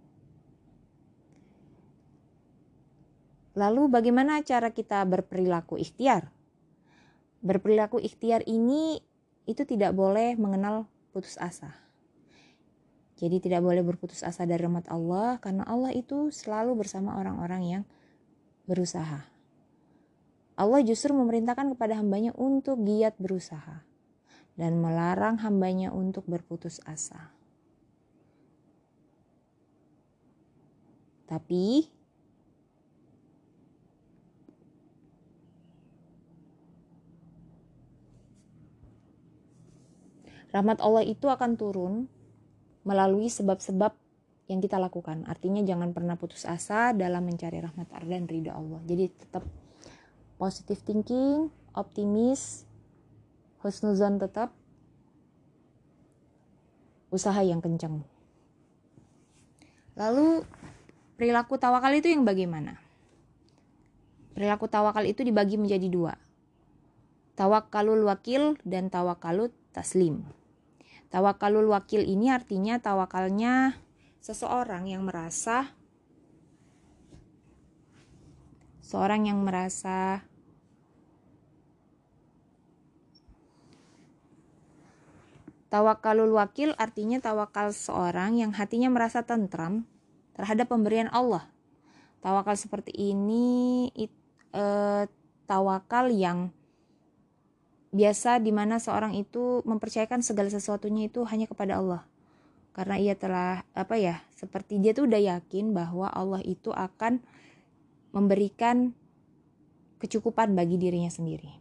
Lalu bagaimana cara kita berperilaku ikhtiar? Berperilaku ikhtiar ini itu tidak boleh mengenal putus asa. Jadi tidak boleh berputus asa dari rahmat Allah, karena Allah itu selalu bersama orang-orang yang berusaha. Allah justru memerintahkan kepada hambanya untuk giat berusaha dan melarang hambanya untuk berputus asa. Tapi rahmat Allah itu akan turun melalui sebab-sebab yang kita lakukan. Artinya jangan pernah putus asa dalam mencari rahmat dan ridha Allah. Jadi tetap positive thinking, optimis, husnuzon tetap, usaha yang kencang. Lalu perilaku tawakal itu yang bagaimana? Perilaku tawakal itu dibagi menjadi dua. Tawakalul wakil dan tawakalul taslim. Tawakalul wakil ini artinya tawakalnya seseorang yang merasa tawakalul wakil artinya tawakal seorang yang hatinya merasa tentram terhadap pemberian Allah. Tawakal seperti ini tawakal yang biasa di mana seorang itu mempercayakan segala sesuatunya itu hanya kepada Allah. Karena ia telah seperti dia tuh udah yakin bahwa Allah itu akan memberikan kecukupan bagi dirinya sendiri.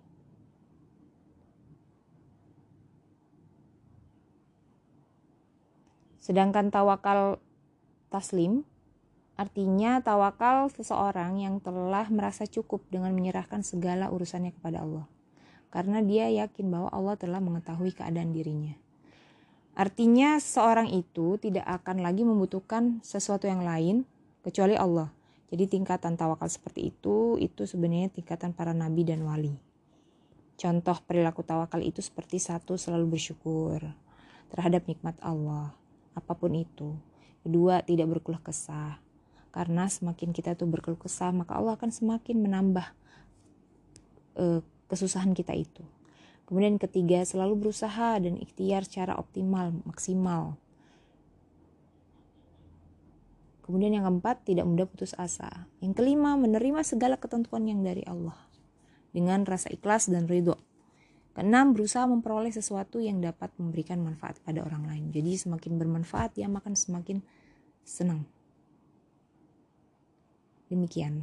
Sedangkan tawakal taslim artinya tawakal seseorang yang telah merasa cukup dengan menyerahkan segala urusannya kepada Allah. Karena dia yakin bahwa Allah telah mengetahui keadaan dirinya. Artinya seorang itu tidak akan lagi membutuhkan sesuatu yang lain kecuali Allah. Jadi tingkatan tawakal seperti itu sebenarnya tingkatan para nabi dan wali. Contoh perilaku tawakal itu seperti satu, selalu bersyukur terhadap nikmat Allah, apapun itu. Kedua, tidak berkeluh kesah. Karena semakin kita tuh berkeluh kesah, maka Allah akan semakin menambah kesusahan kita itu. Kemudian ketiga, selalu berusaha dan ikhtiar secara optimal, maksimal. Kemudian yang keempat, tidak mudah putus asa. Yang kelima, menerima segala ketentuan yang dari Allah dengan rasa ikhlas dan ridho. Keenam, berusaha memperoleh sesuatu yang dapat memberikan manfaat pada orang lain. Jadi semakin bermanfaat, dia akan semakin senang. Demikian.